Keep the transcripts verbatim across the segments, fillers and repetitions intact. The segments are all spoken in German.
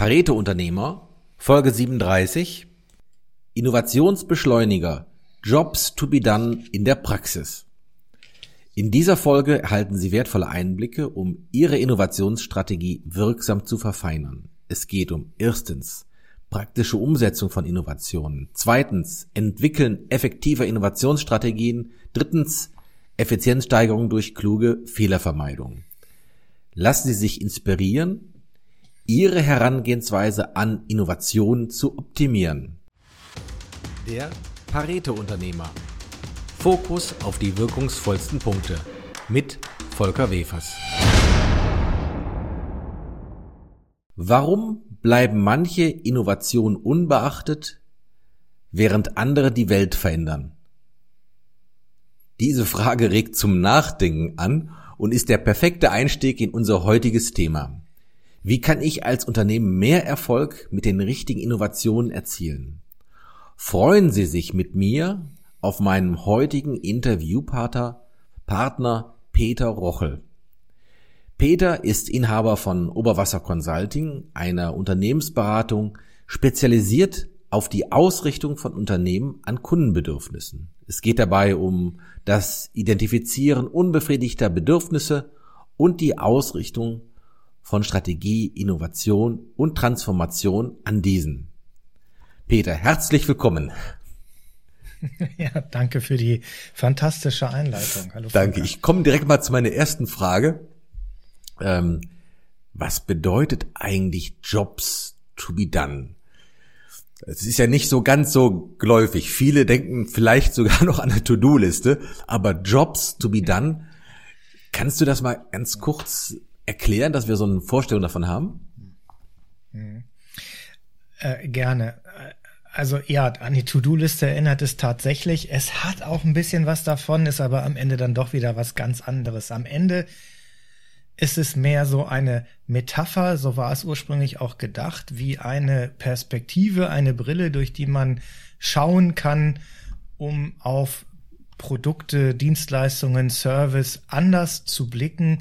Pareto-Unternehmer, Folge siebenunddreißig, Innovationsbeschleuniger, Jobs to be done in der Praxis. In dieser Folge erhalten Sie wertvolle Einblicke, um Ihre Innovationsstrategie wirksam zu verfeinern. Es geht um erstens praktische Umsetzung von Innovationen, zweitens Entwickeln effektiver Innovationsstrategien, drittens Effizienzsteigerung durch kluge Fehlervermeidung. Lassen Sie sich inspirieren, Ihre Herangehensweise an Innovationen zu optimieren. Der Pareto-Unternehmer. Fokus auf die wirkungsvollsten Punkte. Mit Volker Wefers. Warum bleiben manche Innovationen unbeachtet, während andere die Welt verändern? Diese Frage regt zum Nachdenken an und ist der perfekte Einstieg in unser heutiges Thema. Wie kann ich als Unternehmen mehr Erfolg mit den richtigen Innovationen erzielen? Freuen Sie sich mit mir auf meinen heutigen Interviewpartner, Partner Peter Rochel. Peter ist Inhaber von Oberwasser Consulting, einer Unternehmensberatung, spezialisiert auf die Ausrichtung von Unternehmen an Kundenbedürfnissen. Es geht dabei um das Identifizieren unbefriedigter Bedürfnisse und die Ausrichtung von Strategie, Innovation und Transformation an diesen. Peter, herzlich willkommen. Ja, danke für die fantastische Einleitung. Hallo. Danke. Volker. Ich komme direkt mal zu meiner ersten Frage. Ähm, was bedeutet eigentlich Jobs to be done? Es ist ja nicht so ganz so geläufig. Viele denken vielleicht sogar noch an eine To-Do-Liste, aber Jobs to be done, kannst du das mal ganz kurz erklären, dass wir so eine Vorstellung davon haben? Mhm. Äh, gerne. Also ja, an die To-Do-Liste erinnert es tatsächlich. Es hat auch ein bisschen was davon, ist aber am Ende dann doch wieder was ganz anderes. Am Ende ist es mehr so eine Metapher, so war es ursprünglich auch gedacht, wie eine Perspektive, eine Brille, durch die man schauen kann, um auf Produkte, Dienstleistungen, Service anders zu blicken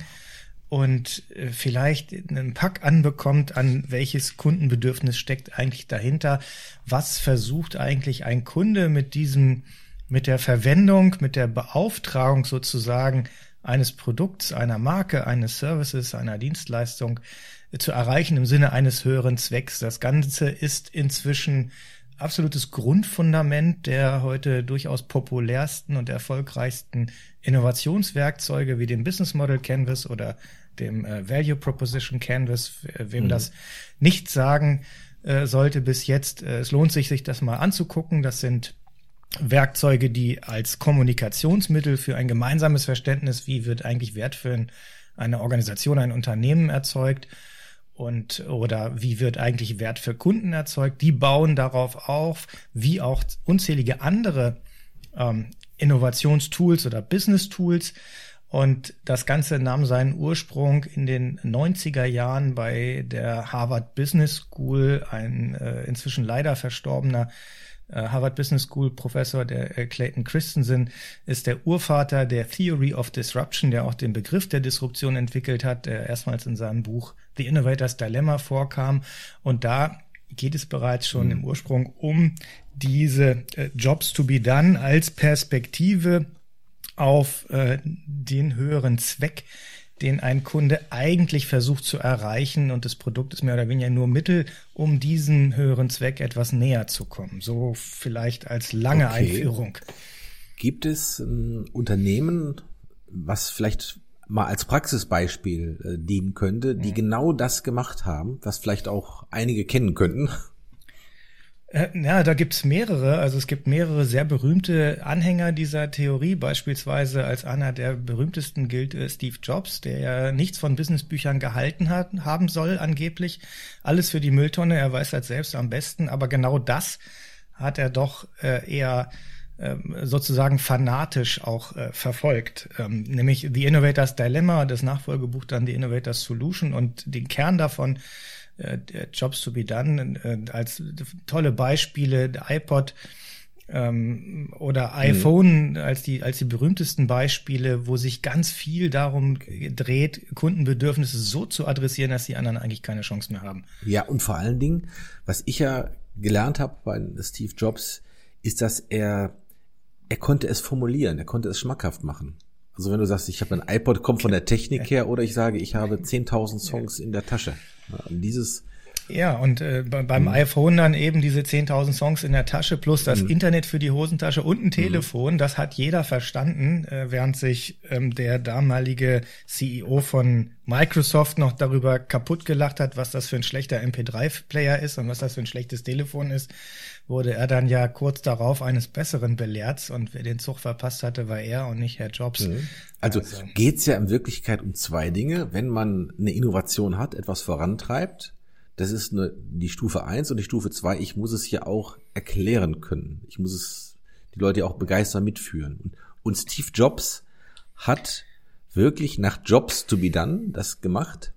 und vielleicht einen Pack anbekommt, an welches Kundenbedürfnis steckt eigentlich dahinter. Was versucht eigentlich ein Kunde mit diesem, mit der Verwendung, mit der Beauftragung sozusagen eines Produkts, einer Marke, eines Services, einer Dienstleistung zu erreichen im Sinne eines höheren Zwecks. Das Ganze ist inzwischen absolutes Grundfundament der heute durchaus populärsten und erfolgreichsten Innovationswerkzeuge wie dem Business Model Canvas oder dem äh, Value Proposition Canvas. Wem mhm. das nicht sagen äh, sollte bis jetzt, äh, es lohnt sich, sich das mal anzugucken. Das sind Werkzeuge, die als Kommunikationsmittel für ein gemeinsames Verständnis, wie wird eigentlich Wert für eine Organisation, ein Unternehmen erzeugt und oder wie wird eigentlich Wert für Kunden erzeugt, die bauen darauf auf, wie auch unzählige andere ähm, Innovationstools oder Business-Tools. Und das Ganze nahm seinen Ursprung in den neunziger Jahren bei der Harvard Business School, ein äh, inzwischen leider verstorbener Harvard Business School Professor, der Clayton Christensen, ist der Urvater der Theory of Disruption, der auch den Begriff der Disruption entwickelt hat, der erstmals in seinem Buch The Innovator's Dilemma vorkam. Und da geht es bereits schon mhm. im Ursprung um diese äh, Jobs to be done als Perspektive auf äh, den höheren Zweck, den ein Kunde eigentlich versucht zu erreichen, und das Produkt ist mehr oder weniger nur Mittel, um diesen höheren Zweck etwas näher zu kommen. So vielleicht als lange okay. Einführung. Gibt es ein Unternehmen, was vielleicht mal als Praxisbeispiel äh, dienen könnte, die mhm. genau das gemacht haben, was vielleicht auch einige kennen könnten? Ja, da gibt's mehrere. Also es gibt mehrere sehr berühmte Anhänger dieser Theorie. Beispielsweise als einer der berühmtesten gilt Steve Jobs, der ja nichts von Businessbüchern gehalten hat, haben soll angeblich. Alles für die Mülltonne, er weiß das selbst am besten. Aber genau das hat er doch äh, eher äh, sozusagen fanatisch auch äh, verfolgt. Ähm, nämlich The Innovator's Dilemma, das Nachfolgebuch dann The Innovator's Solution, und den Kern davon, Jobs to be done, als tolle Beispiele, der iPod, ähm, oder iPhone als die als die berühmtesten Beispiele, wo sich ganz viel darum dreht, Kundenbedürfnisse so zu adressieren, dass die anderen eigentlich keine Chance mehr haben. Ja, und vor allen Dingen, was ich ja gelernt habe bei Steve Jobs, ist, dass er er konnte es formulieren, er konnte es schmackhaft machen. Also wenn du sagst, ich habe ein iPod, kommt von der Technik her, oder ich sage, ich habe zehntausend Songs in der Tasche. Und dieses Ja, und äh, beim mhm. iPhone dann eben diese zehntausend Songs in der Tasche plus das mhm. Internet für die Hosentasche und ein Telefon, mhm. das hat jeder verstanden, äh, während sich ähm, der damalige C E O von Microsoft noch darüber kaputt gelacht hat, was das für ein schlechter M P drei Player ist und was das für ein schlechtes Telefon ist, wurde er dann ja kurz darauf eines Besseren belehrt, und wer den Zug verpasst hatte, war er und nicht Herr Jobs. Mhm. Also, also geht's ja in Wirklichkeit um zwei Dinge. Wenn man eine Innovation hat, etwas vorantreibt, das ist eine, die Stufe eins, und die Stufe zwei, ich muss es ja auch erklären können. Ich muss es die Leute ja auch begeistern, mitführen. Und Steve Jobs hat wirklich nach Jobs to be done das gemacht?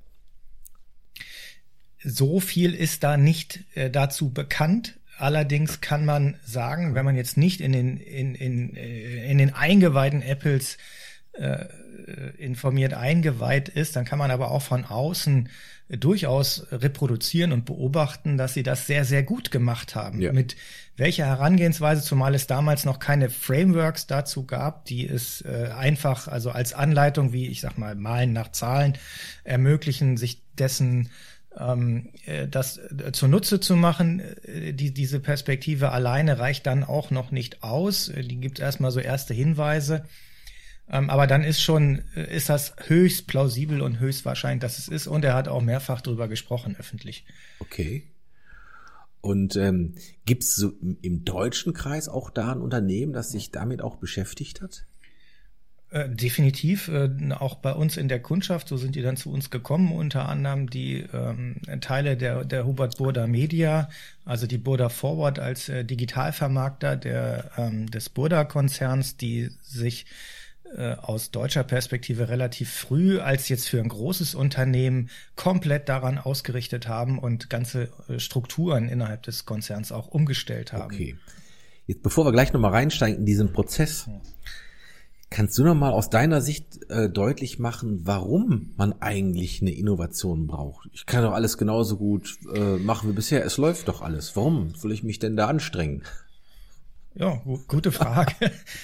So viel ist da nicht äh, dazu bekannt. Allerdings kann man sagen, wenn man jetzt nicht in den in in in den Eingeweiden Apples äh, informiert eingeweiht ist, dann kann man aber auch von außen durchaus reproduzieren und beobachten, dass sie das sehr, sehr gut gemacht haben. Ja. Mit welcher Herangehensweise, zumal es damals noch keine Frameworks dazu gab, die es äh, einfach, also als Anleitung, wie ich sag mal, Malen nach Zahlen ermöglichen, sich dessen ähm, das äh, zunutze zu machen. Die, diese Perspektive alleine reicht dann auch noch nicht aus. Die gibt es erstmal so erste Hinweise. Ähm, aber dann ist schon, ist das höchst plausibel und höchst wahrscheinlich, dass es ist. Und er hat auch mehrfach drüber gesprochen, öffentlich. Okay. Und ähm, gibt es so im deutschen Kreis auch da ein Unternehmen, das sich damit auch beschäftigt hat? Äh, definitiv. Äh, auch bei uns in der Kundschaft, so sind die dann zu uns gekommen, unter anderem die ähm, Teile der, der Hubert Burda Media, also die Burda Forward als äh, Digitalvermarkter der, ähm, des Burda-Konzerns, die sich aus deutscher Perspektive relativ früh als jetzt für ein großes Unternehmen komplett daran ausgerichtet haben und ganze Strukturen innerhalb des Konzerns auch umgestellt haben. Okay. Jetzt, bevor wir gleich nochmal reinsteigen in diesen Prozess, ja. kannst du nochmal aus deiner Sicht äh, deutlich machen, warum man eigentlich eine Innovation braucht? Ich kann doch alles genauso gut äh, machen wie bisher. Es läuft doch alles. Warum soll ich mich denn da anstrengen? Ja, gute Frage.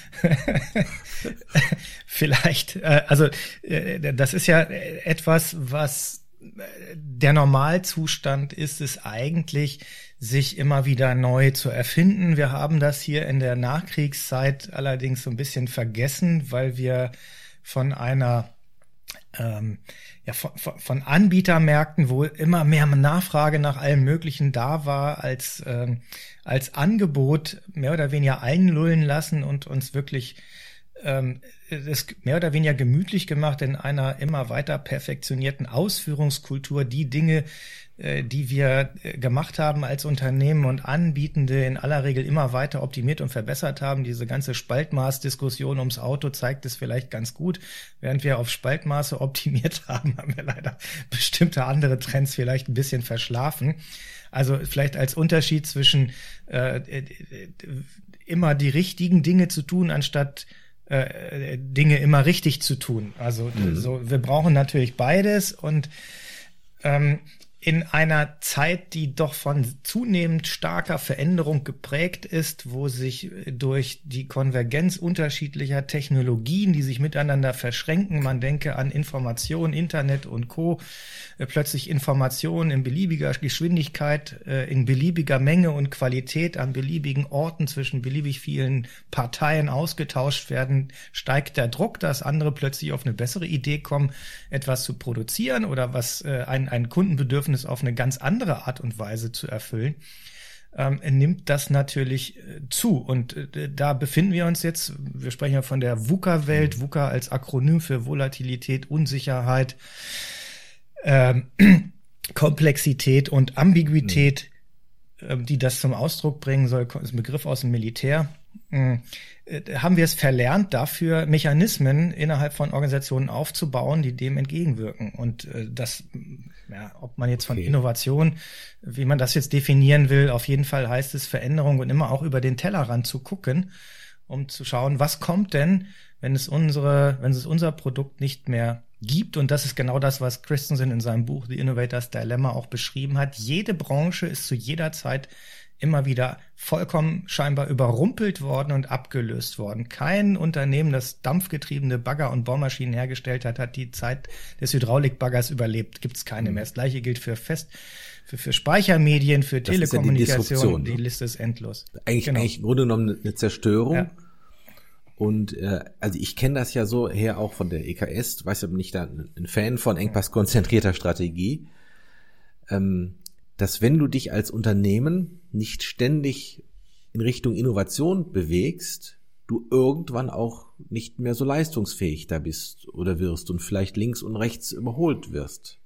Vielleicht, äh, also äh, das ist ja etwas, was der Normalzustand ist, ist eigentlich, sich immer wieder neu zu erfinden. Wir haben das hier in der Nachkriegszeit allerdings so ein bisschen vergessen, weil wir von einer ähm, ja, von, von Anbietermärkten, wo immer mehr Nachfrage nach allem Möglichen da war, als ähm, als Angebot mehr oder weniger einlullen lassen und uns wirklich ähm, es mehr oder weniger gemütlich gemacht in einer immer weiter perfektionierten Ausführungskultur, die Dinge, äh, die wir gemacht haben als Unternehmen und Anbietende, in aller Regel immer weiter optimiert und verbessert haben. Diese ganze Spaltmaßdiskussion ums Auto zeigt es vielleicht ganz gut. Während wir auf Spaltmaße optimiert haben, haben wir leider bestimmte andere Trends vielleicht ein bisschen verschlafen. Also vielleicht als Unterschied zwischen äh, immer die richtigen Dinge zu tun, anstatt äh, Dinge immer richtig zu tun. Also mhm. so, wir brauchen natürlich beides, und ähm, in einer Zeit, die doch von zunehmend starker Veränderung geprägt ist, wo sich durch die Konvergenz unterschiedlicher Technologien, die sich miteinander verschränken, man denke an Information, Internet und Co., plötzlich Informationen in beliebiger Geschwindigkeit, in beliebiger Menge und Qualität an beliebigen Orten zwischen beliebig vielen Parteien ausgetauscht werden, steigt der Druck, dass andere plötzlich auf eine bessere Idee kommen, etwas zu produzieren oder was ein, ein Kundenbedürfnis auf eine ganz andere Art und Weise zu erfüllen, ähm, nimmt das natürlich äh, zu. Und äh, da befinden wir uns jetzt, wir sprechen ja von der VUCA-Welt, mhm. VUCA als Akronym für Volatilität, Unsicherheit, ähm, Komplexität und Ambiguität, mhm. äh, die das zum Ausdruck bringen soll, ist ein Begriff aus dem Militär. Mhm. Haben wir es verlernt, dafür Mechanismen innerhalb von Organisationen aufzubauen, die dem entgegenwirken. Und äh, das Ja, ob man jetzt von Okay. Innovation, wie man das jetzt definieren will, auf jeden Fall heißt es Veränderung und immer auch über den Tellerrand zu gucken, um zu schauen, was kommt denn, wenn es unsere, wenn es unser Produkt nicht mehr gibt. Und das ist genau das, was Christensen in seinem Buch The Innovator's Dilemma auch beschrieben hat. Jede Branche ist zu jeder Zeit immer wieder vollkommen scheinbar überrumpelt worden und abgelöst worden. Kein Unternehmen, das dampfgetriebene Bagger und Bohrmaschinen hergestellt hat, hat die Zeit des Hydraulikbaggers überlebt. Gibt es keine mehr. Das Gleiche gilt für Fest, für, für Speichermedien, für Das ist ja die Telekommunikation. Disruption, Die ne? Liste ist endlos. Eigentlich, Genau. eigentlich im Grunde genommen eine Zerstörung. Ja. Und äh, also ich kenne das ja so her auch von der E K S, weiß aber nicht, da ein Fan von engpasskonzentrierter Strategie, ähm, dass wenn du dich als Unternehmen nicht ständig in Richtung Innovation bewegst, du irgendwann auch nicht mehr so leistungsfähig da bist oder wirst und vielleicht links und rechts überholt wirst.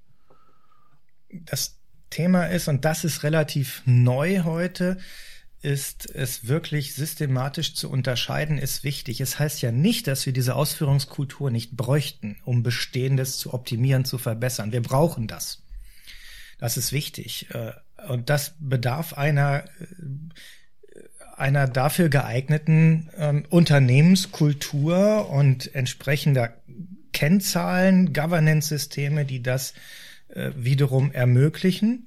Das Thema ist, und das ist relativ neu heute, ist es wirklich systematisch zu unterscheiden, ist wichtig. Es heißt ja nicht, dass wir diese Ausführungskultur nicht bräuchten, um Bestehendes zu optimieren, zu verbessern. Wir brauchen das. Das ist wichtig. Und das bedarf einer, einer dafür geeigneten ähm, Unternehmenskultur und entsprechender Kennzahlen, Governance-Systeme, die das äh, wiederum ermöglichen.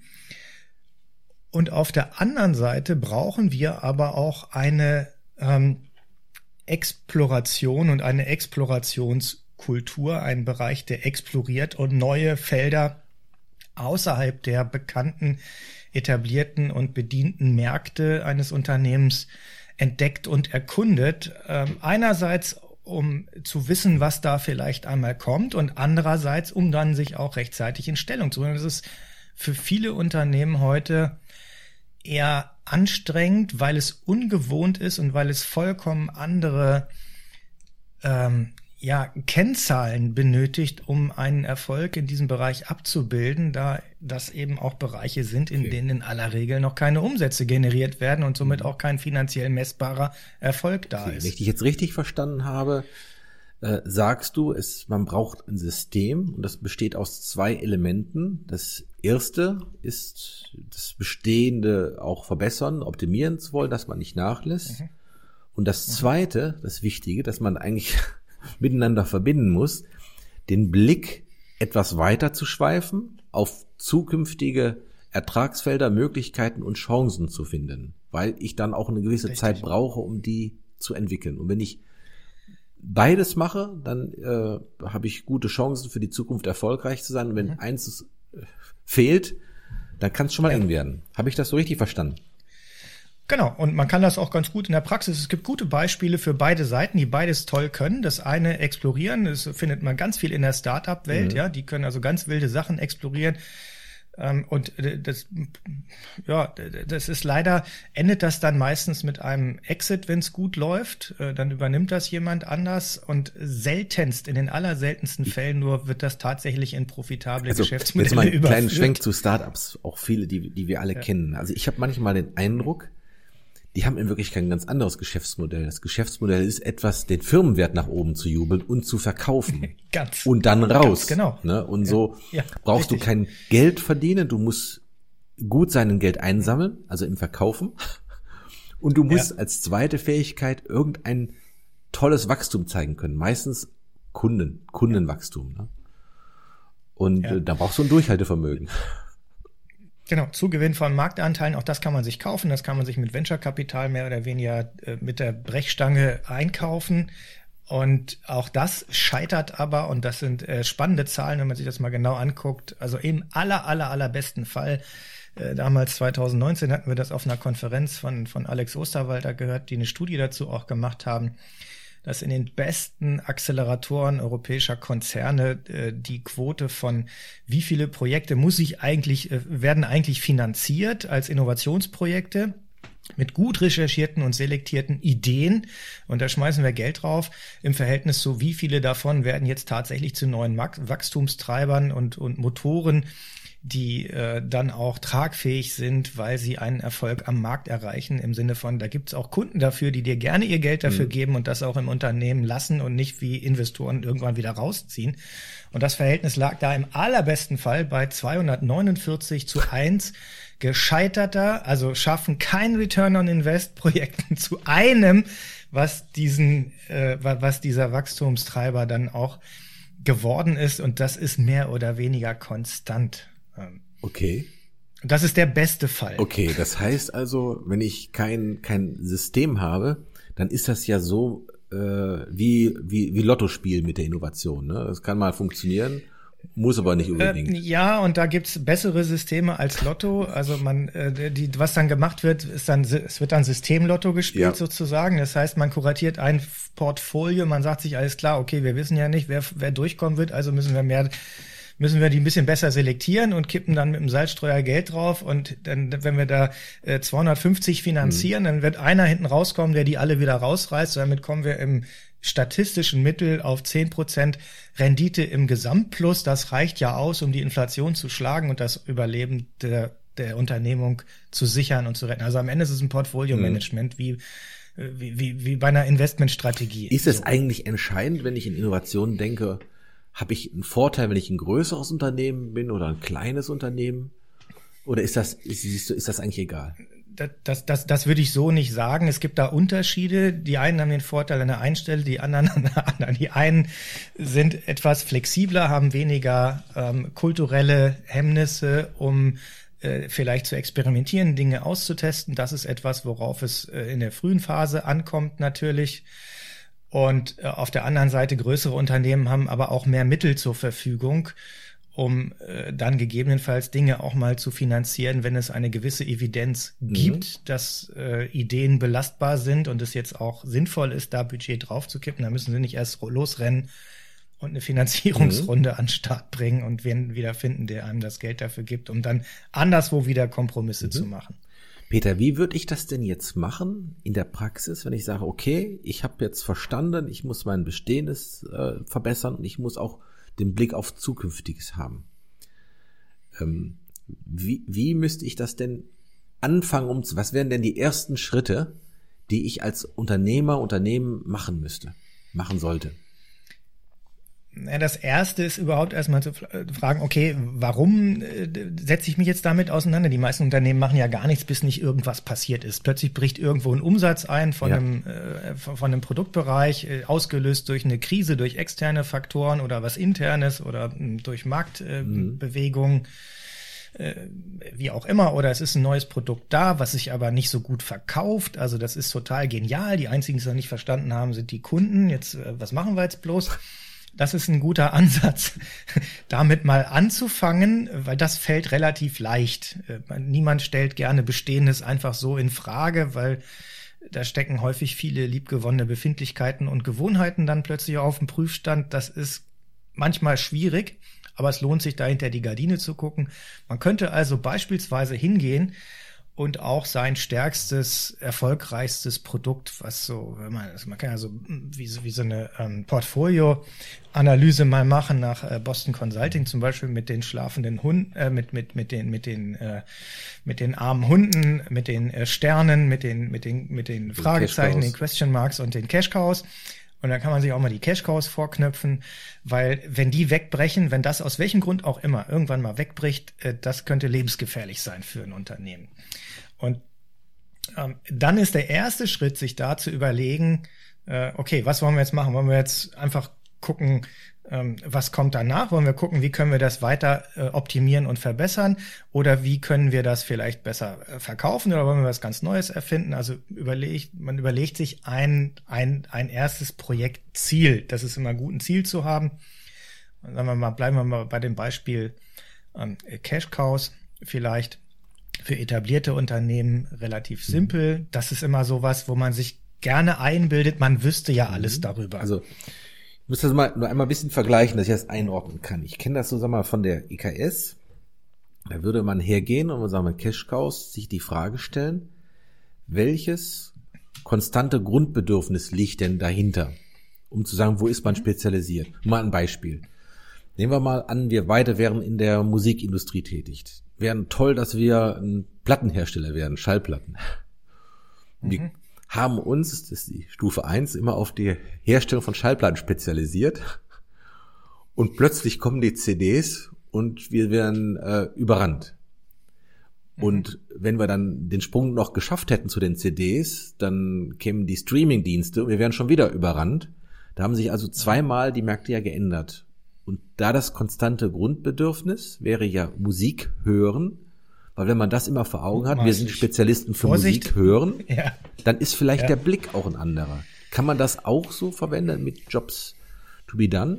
Und auf der anderen Seite brauchen wir aber auch eine ähm, Exploration und eine Explorationskultur, einen Bereich, der exploriert und neue Felder außerhalb der bekannten, etablierten und bedienten Märkte eines Unternehmens entdeckt und erkundet. Ähm, einerseits, um zu wissen, was da vielleicht einmal kommt, und andererseits, um dann sich auch rechtzeitig in Stellung zu bringen. Das ist für viele Unternehmen heute eher anstrengend, weil es ungewohnt ist und weil es vollkommen andere ähm, ja, Kennzahlen benötigt, um einen Erfolg in diesem Bereich abzubilden, da das eben auch Bereiche sind, in okay. denen in aller Regel noch keine Umsätze generiert werden und somit auch kein finanziell messbarer Erfolg da okay. ist. Wenn ich dich jetzt richtig verstanden habe, äh, sagst du, es, man braucht ein System und das besteht aus zwei Elementen. Das erste ist das Bestehende auch verbessern, optimieren zu wollen, dass man nicht nachlässt. Mhm. Und das zweite, das Wichtige, dass man eigentlich miteinander verbinden muss, den Blick etwas weiter zu schweifen, auf zukünftige Ertragsfelder, Möglichkeiten und Chancen zu finden, weil ich dann auch eine gewisse Richtig. Zeit brauche, um die zu entwickeln. Und wenn ich beides mache, dann äh, habe ich gute Chancen für die Zukunft erfolgreich zu sein. Und wenn mhm. eins äh, fehlt, dann kann es schon mal ja. eng werden. Habe ich das so richtig verstanden? Genau, und man kann das auch ganz gut in der Praxis. Es gibt gute Beispiele für beide Seiten, die beides toll können. Das eine explorieren, das findet man ganz viel in der Start-up-Welt, mhm. ja, die können also ganz wilde Sachen explorieren. Und das, ja, das ist leider, endet das dann meistens mit einem Exit, wenn es gut läuft. Dann übernimmt das jemand anders und seltenst, in den allerseltensten Fällen nur, wird das tatsächlich in profitable also, Geschäftsmodelle überführt. Jetzt mal einen kleinen Schwenk zu Startups, auch viele, die, die wir alle ja. kennen. Also ich habe manchmal den Eindruck, die haben in Wirklichkeit ein ganz anderes Geschäftsmodell. Das Geschäftsmodell ist etwas, den Firmenwert nach oben zu jubeln und zu verkaufen. Ganz. Und dann raus. Ganz genau. Ne? Und ja. so ja, brauchst richtig. du kein Geld verdienen. Du musst gut sein Geld einsammeln, also im Verkaufen. Und du musst ja. als zweite Fähigkeit irgendein tolles Wachstum zeigen können. Meistens Kunden, Kundenwachstum. Ne? Und ja. äh, da brauchst du ein Durchhaltevermögen. Genau, Zugewinn von Marktanteilen, auch das kann man sich kaufen, das kann man sich mit Venture-Kapital mehr oder weniger äh, mit der Brechstange einkaufen. Und auch das scheitert aber, und das sind äh, spannende Zahlen, wenn man sich das mal genau anguckt. Also im aller, aller, allerbesten Fall, äh, damals zwanzig neunzehn hatten wir das auf einer Konferenz von, von Alex Osterwalder gehört, die eine Studie dazu auch gemacht haben, dass in den besten Acceleratoren europäischer Konzerne äh, die Quote von wie viele Projekte muss ich eigentlich, äh, werden eigentlich finanziert als Innovationsprojekte mit gut recherchierten und selektierten Ideen, und da schmeißen wir Geld drauf, im Verhältnis zu wie viele davon werden jetzt tatsächlich zu neuen Wachstumstreibern und, und Motoren, die äh, dann auch tragfähig sind, weil sie einen Erfolg am Markt erreichen, im Sinne von, da gibt es auch Kunden dafür, die dir gerne ihr Geld dafür mhm. geben und das auch im Unternehmen lassen und nicht wie Investoren irgendwann wieder rausziehen. Und das Verhältnis lag da im allerbesten Fall bei zweihundertneunundvierzig zu eins gescheiterter, also schaffen kein Return on Invest Projekten zu einem, was diesen, äh, was dieser Wachstumstreiber dann auch geworden ist, und das ist mehr oder weniger konstant. Okay. Das ist der beste Fall. Okay, das heißt also, wenn ich kein kein System habe, dann ist das ja so äh, wie wie wie Lottospiel mit der Innovation. Ne? Das kann mal funktionieren, muss aber nicht unbedingt. Äh, ja, und da gibt's bessere Systeme als Lotto. Also man, äh, die, was dann gemacht wird, ist dann, es wird dann Systemlotto gespielt ja. sozusagen. Das heißt, man kuratiert ein Portfolio, man sagt sich, alles klar, okay, wir wissen ja nicht, wer wer durchkommen wird, also müssen wir mehr müssen wir die ein bisschen besser selektieren und kippen dann mit dem Salzstreuer Geld drauf, und dann, wenn wir da äh, zweihundertfünfzig finanzieren, mhm. dann wird einer hinten rauskommen, der die alle wieder rausreißt. Damit kommen wir im statistischen Mittel auf zehn Prozent Rendite im Gesamtplus. Das reicht ja aus, um die Inflation zu schlagen und das Überleben der, der Unternehmung zu sichern und zu retten. Also am Ende ist es ein Portfolio-Management, mhm. wie Wie, wie, wie bei einer Investmentstrategie. Ist es so eigentlich entscheidend, wenn ich in Innovationen denke, habe ich einen Vorteil, wenn ich ein größeres Unternehmen bin oder ein kleines Unternehmen? Oder ist das, ist, ist das eigentlich egal? Das, das, das, das würde ich so nicht sagen. Es gibt da Unterschiede. Die einen haben den Vorteil an der einen Stelle, die anderen an der anderen. Die einen sind etwas flexibler, haben weniger ähm, kulturelle Hemmnisse, um äh, vielleicht zu experimentieren, Dinge auszutesten. Das ist etwas, worauf es äh, in der frühen Phase ankommt natürlich. Und äh, auf der anderen Seite größere Unternehmen haben aber auch mehr Mittel zur Verfügung, um äh, dann gegebenenfalls Dinge auch mal zu finanzieren, wenn es eine gewisse Evidenz mhm. gibt, dass äh, Ideen belastbar sind und es jetzt auch sinnvoll ist, da Budget draufzukippen. Da müssen sie nicht erst losrennen und eine Finanzierungsrunde mhm. an den Start bringen und wen wieder finden, der einem das Geld dafür gibt, um dann anderswo wieder Kompromisse mhm. zu machen. Peter, wie würde ich das denn jetzt machen in der Praxis, wenn ich sage, okay, ich habe jetzt verstanden, ich muss mein Bestehendes äh, verbessern und ich muss auch den Blick auf Zukünftiges haben. Ähm, wie, wie müsste ich das denn anfangen, um was wären denn die ersten Schritte, die ich als Unternehmer, Unternehmen machen müsste, machen sollte? Das erste ist überhaupt erstmal zu fragen, okay, warum äh, setze ich mich jetzt damit auseinander? Die meisten Unternehmen machen ja gar nichts, bis nicht irgendwas passiert ist. Plötzlich bricht irgendwo ein Umsatz ein von, ja. einem, äh, von, von einem Produktbereich, äh, ausgelöst durch eine Krise, durch externe Faktoren oder was Internes oder äh, durch Marktbewegungen. Äh, mhm. wie auch immer, oder es ist ein neues Produkt da, was sich aber nicht so gut verkauft. Also das ist total genial. Die einzigen, die es noch nicht verstanden haben, sind die Kunden. Jetzt, äh, was machen wir jetzt bloß? Das ist ein guter Ansatz, damit mal anzufangen, weil das fällt relativ leicht. Niemand stellt gerne Bestehendes einfach so in Frage, weil da stecken häufig viele liebgewonnene Befindlichkeiten und Gewohnheiten dann plötzlich auf dem Prüfstand. Das ist manchmal schwierig, aber es lohnt sich, da hinter die Gardine zu gucken. Man könnte also beispielsweise hingehen und auch sein stärkstes, erfolgreichstes Produkt, was so, wenn man, also man kann ja so wie, wie so eine ähm, Portfolio-Analyse mal machen nach äh, Boston Consulting, zum Beispiel mit den schlafenden Hunden, äh, mit mit mit den mit den äh, mit den armen Hunden, mit den äh, Sternen, mit den mit den mit den Fragezeichen, den Question Marks und den Cash Cows. Und dann kann man sich auch mal die Cash Cows vorknöpfen, weil wenn die wegbrechen, wenn das aus welchem Grund auch immer irgendwann mal wegbricht, äh, das könnte lebensgefährlich sein für ein Unternehmen. Und ähm, dann ist der erste Schritt, sich da zu überlegen, äh, okay, was wollen wir jetzt machen? Wollen wir jetzt einfach gucken, ähm, was kommt danach? Wollen wir gucken, wie können wir das weiter äh, optimieren und verbessern? Oder wie können wir das vielleicht besser äh, verkaufen? Oder wollen wir was ganz Neues erfinden? Also überlegt, man überlegt sich ein, ein, ein erstes Projektziel. Das ist immer gut, ein Ziel zu haben. Sagen wir mal, bleiben wir mal bei dem Beispiel ähm, Cash Cows vielleicht. Für etablierte Unternehmen relativ simpel. Mhm. Das ist immer sowas, wo man sich gerne einbildet, man wüsste ja alles mhm. darüber. Also ich muss das mal nur einmal ein bisschen vergleichen, dass ich das einordnen kann. Ich kenne das so, sag mal, von der I K S. Da würde man hergehen und, sagen wir, Cash Cows, sich die Frage stellen, welches konstante Grundbedürfnis liegt denn dahinter? Um zu sagen, wo ist man spezialisiert? Mal ein Beispiel. Nehmen wir mal an, wir beide wären in der Musikindustrie tätig. Wären toll, dass wir ein Plattenhersteller werden, Schallplatten. Mhm. Wir haben uns, das ist die Stufe eins, immer auf die Herstellung von Schallplatten spezialisiert. Und plötzlich kommen die C Ds und wir werden äh, überrannt. Mhm. Und wenn wir dann den Sprung noch geschafft hätten zu den C Ds, dann kämen die Streaming-Dienste und wir wären schon wieder überrannt. Da haben sich also zweimal die Märkte ja geändert. Und da das konstante Grundbedürfnis wäre ja Musik hören, weil wenn man das immer vor Augen hat, wir sind Spezialisten für Vorsicht. Musik hören, ja. dann ist vielleicht ja. der Blick auch ein anderer. Kann man das auch so verwenden mit Jobs to be done?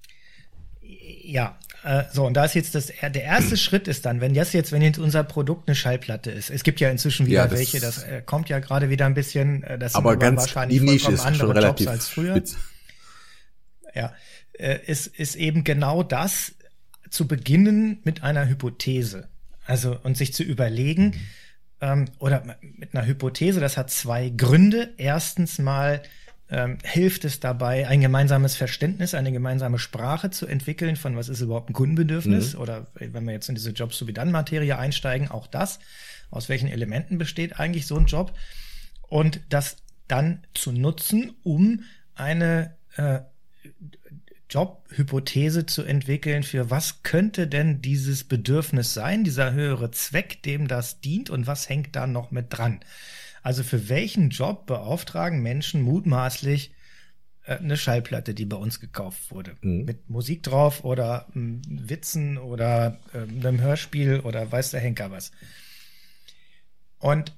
Ja, äh, so und da ist jetzt das der erste Schritt ist dann, wenn das jetzt, wenn jetzt unser Produkt eine Schallplatte ist. Es gibt ja inzwischen wieder ja, das welche, das äh, kommt ja gerade wieder ein bisschen, äh, das aber sind ganz wahrscheinlich die Nische ist andere schon Jobs als früher. Spitz. Ja, äh, ist ist eben genau das, zu beginnen mit einer Hypothese. Also und sich zu überlegen, mhm. ähm, oder mit einer Hypothese, das hat zwei Gründe. Erstens mal ähm, hilft es dabei, ein gemeinsames Verständnis, eine gemeinsame Sprache zu entwickeln von was ist überhaupt ein Kundenbedürfnis, mhm. oder wenn wir jetzt in diese Jobs to be done Materie einsteigen, auch das, aus welchen Elementen besteht eigentlich so ein Job, und das dann zu nutzen, um eine äh, Jobhypothese zu entwickeln, für was könnte denn dieses Bedürfnis sein, dieser höhere Zweck, dem das dient, und was hängt da noch mit dran? Also für welchen Job beauftragen Menschen mutmaßlich äh, eine Schallplatte, die bei uns gekauft wurde? Mhm. Mit Musik drauf oder äh, Witzen oder äh, einem Hörspiel oder weiß der Henker was. Und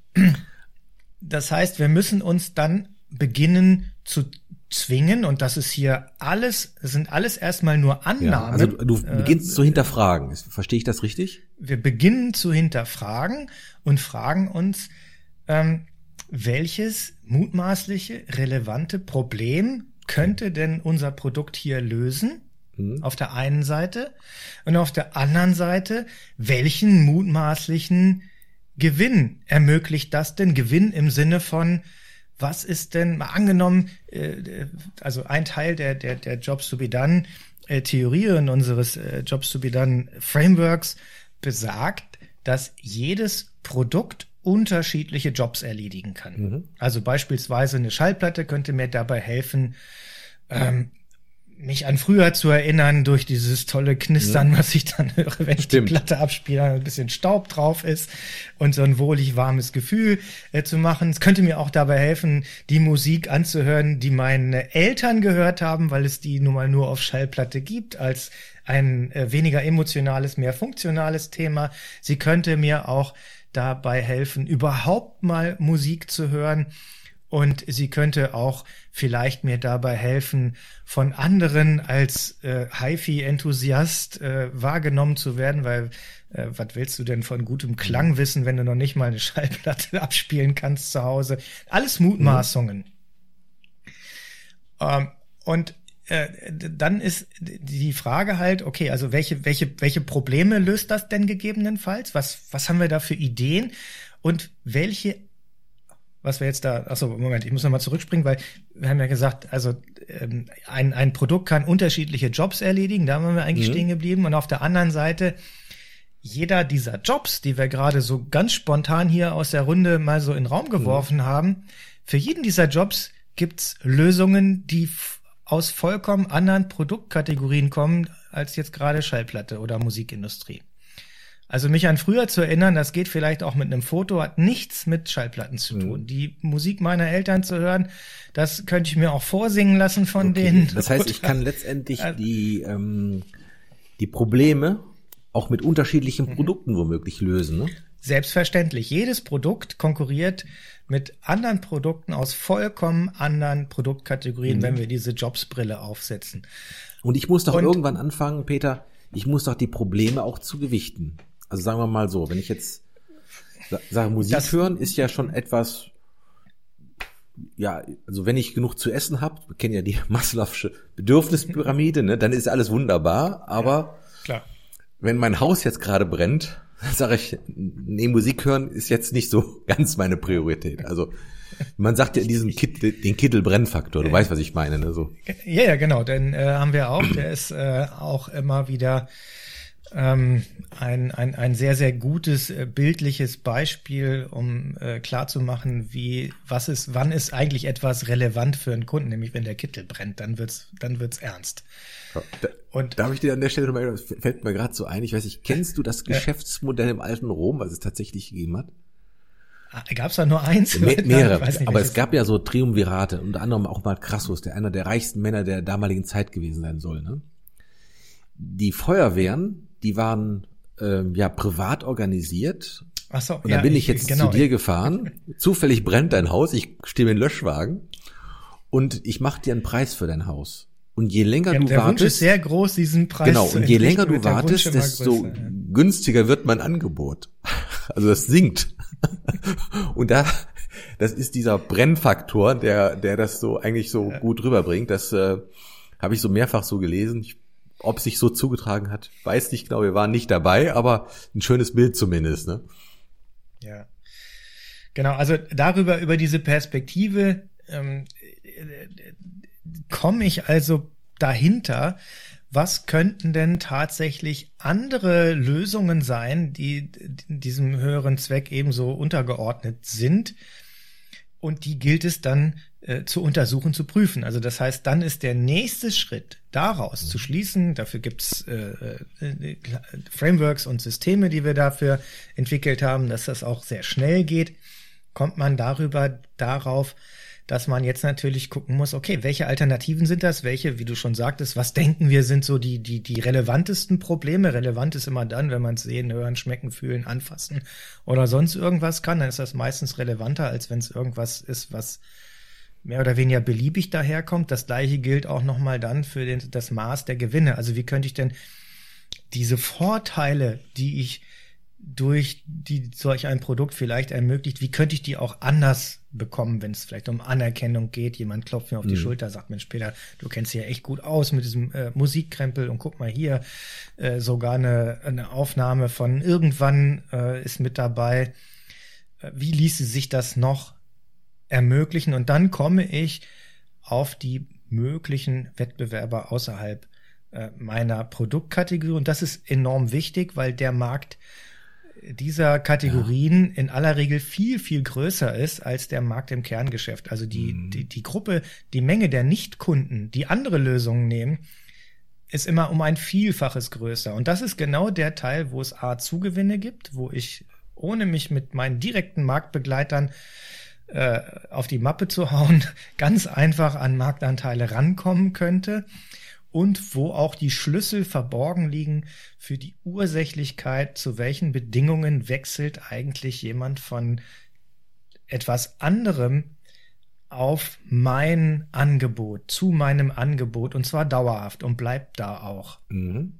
das heißt, wir müssen uns dann beginnen zu zwingen, und das ist hier alles, das sind alles erstmal nur Annahmen. Ja, also du beginnst äh, zu hinterfragen. Verstehe ich das richtig? Wir beginnen zu hinterfragen und fragen uns, ähm, welches mutmaßliche, relevante Problem könnte denn unser Produkt hier lösen? Mhm. Auf der einen Seite. Und auf der anderen Seite, welchen mutmaßlichen Gewinn ermöglicht das denn? Gewinn im Sinne von, was ist denn, mal angenommen, äh, also ein Teil der, der, der Jobs to be done äh, Theorie und unseres äh, Jobs to be done Frameworks besagt, dass jedes Produkt unterschiedliche Jobs erledigen kann. Mhm. Also beispielsweise eine Schallplatte könnte mir dabei helfen, ähm, mich an früher zu erinnern durch dieses tolle Knistern, mhm. was ich dann höre, wenn ich Stimmt. die Platte abspiele, ein bisschen Staub drauf ist und so ein wohlig warmes Gefühl äh, zu machen. Es könnte mir auch dabei helfen, die Musik anzuhören, die meine Eltern gehört haben, weil es die nun mal nur auf Schallplatte gibt, als ein äh, weniger emotionales, mehr funktionales Thema. Sie könnte mir auch dabei helfen, überhaupt mal Musik zu hören. Und sie könnte auch vielleicht mir dabei helfen, von anderen als äh, Hi-Fi-Enthusiast äh, wahrgenommen zu werden, weil äh, was willst du denn von gutem Klang wissen, wenn du noch nicht mal eine Schallplatte abspielen kannst zu Hause? Alles Mutmaßungen. Mhm. Ähm, und äh, dann ist die Frage halt, okay, also welche welche welche Probleme löst das denn gegebenenfalls? Was was haben wir da für Ideen und welche was wir jetzt da, achso, Moment, ich muss nochmal zurückspringen, weil wir haben ja gesagt, also ähm, ein, ein Produkt kann unterschiedliche Jobs erledigen, da waren wir eigentlich mhm. stehen geblieben. Und auf der anderen Seite, jeder dieser Jobs, die wir gerade so ganz spontan hier aus der Runde mal so in den Raum geworfen mhm. haben, für jeden dieser Jobs gibt's Lösungen, die f- aus vollkommen anderen Produktkategorien kommen, als jetzt gerade Schallplatte oder Musikindustrie. Also mich an früher zu erinnern, das geht vielleicht auch mit einem Foto, hat nichts mit Schallplatten zu tun. Mhm. Die Musik meiner Eltern zu hören, das könnte ich mir auch vorsingen lassen von okay. denen. Das heißt, ich kann letztendlich die ähm, die Probleme auch mit unterschiedlichen mhm. Produkten womöglich lösen, ne? Selbstverständlich. Jedes Produkt konkurriert mit anderen Produkten aus vollkommen anderen Produktkategorien, mhm. wenn wir diese Jobsbrille aufsetzen. Und ich muss doch Und, irgendwann anfangen, Peter, ich muss doch die Probleme auch zu gewichten. Also sagen wir mal so, wenn ich jetzt sage, Musik das, hören ist ja schon etwas, ja, also wenn ich genug zu essen habe, wir kennen ja die Maslow'sche Bedürfnispyramide, ne, dann ist alles wunderbar, aber ja, klar. Wenn mein Haus jetzt gerade brennt, sage ich, nee, Musik hören ist jetzt nicht so ganz meine Priorität. Also man sagt ja diesen Kit, den Kittel-Brennfaktor, du weißt, was ich meine, ne? So. Ja, ja, genau, den äh, haben wir auch. Der ist äh, auch immer wieder ähm, ein, ein, ein sehr, sehr gutes äh, bildliches Beispiel, um äh, klarzumachen, wie, was ist, wann ist eigentlich etwas relevant für einen Kunden, nämlich wenn der Kittel brennt, dann wird's, dann wird's ernst. Da, und darf ich dir an der Stelle nochmal, fällt mir gerade so ein, ich weiß nicht, kennst du das Geschäftsmodell im alten Rom, was es tatsächlich gegeben hat? Gab es da nur eins? Me mehrere, nicht, aber es gab ja so Triumvirate, unter anderem auch mal Crassus, der einer der reichsten Männer der damaligen Zeit gewesen sein soll. Ne? Die Feuerwehren, die waren äh, ja privat organisiert. Ach so, und da ja, bin ich jetzt genau, zu dir gefahren. Zufällig brennt dein Haus, ich stehe mit dem Löschwagen und ich mache dir einen Preis für dein Haus. Und je länger ja, du der wartest, Wunsch ist sehr groß, diesen Preis genau, zu und je länger du wartest, größer, desto ja. günstiger wird mein Angebot. Also das sinkt. Und da, das ist dieser Brennfaktor, der, der das so eigentlich so ja. gut rüberbringt. Das äh, habe ich so mehrfach so gelesen. Ich, ob sich so zugetragen hat, weiß nicht genau. Wir waren nicht dabei, aber ein schönes Bild zumindest, ne? Ja, genau. Also darüber, über diese Perspektive ähm, komme ich also dahinter. Was könnten denn tatsächlich andere Lösungen sein, die diesem höheren Zweck ebenso untergeordnet sind? Und die gilt es dann äh, zu untersuchen, zu prüfen. Also das heißt, dann ist der nächste Schritt daraus zu schließen. Dafür gibt's äh, äh, Frameworks und Systeme, die wir dafür entwickelt haben, dass das auch sehr schnell geht. Kommt man darüber darauf, dass man jetzt natürlich gucken muss, okay, welche Alternativen sind das? Welche, wie du schon sagtest, was denken wir, sind so die die die relevantesten Probleme? Relevant ist immer dann, wenn man es sehen, hören, schmecken, fühlen, anfassen oder sonst irgendwas kann, dann ist das meistens relevanter, als wenn es irgendwas ist, was mehr oder weniger beliebig daherkommt. Das Gleiche gilt auch nochmal dann für den, das Maß der Gewinne. Also wie könnte ich denn diese Vorteile, die ich durch die solch ein Produkt vielleicht ermöglicht, wie könnte ich die auch anders bekommen, wenn es vielleicht um Anerkennung geht, jemand klopft mir auf die mhm. Schulter, sagt, Mensch Peter, du kennst dich ja echt gut aus mit diesem äh, Musikkrempel und guck mal hier, äh, sogar eine, eine Aufnahme von irgendwann äh, ist mit dabei. Äh, wie ließe sich das noch ermöglichen? Und dann komme ich auf die möglichen Wettbewerber außerhalb äh, meiner Produktkategorie und das ist enorm wichtig, weil der Markt dieser Kategorien ja. in aller Regel viel, viel größer ist als der Markt im Kerngeschäft. Also die, mhm. die, die Gruppe, die Menge der Nichtkunden, die andere Lösungen nehmen, ist immer um ein Vielfaches größer. Und das ist genau der Teil, wo es A, Zugewinne gibt, wo ich, ohne mich mit meinen direkten Marktbegleitern äh, auf die Mappe zu hauen, ganz einfach an Marktanteile rankommen könnte. Und wo auch die Schlüssel verborgen liegen für die Ursächlichkeit, zu welchen Bedingungen wechselt eigentlich jemand von etwas anderem auf mein Angebot, zu meinem Angebot, und zwar dauerhaft und bleibt da auch. Mhm.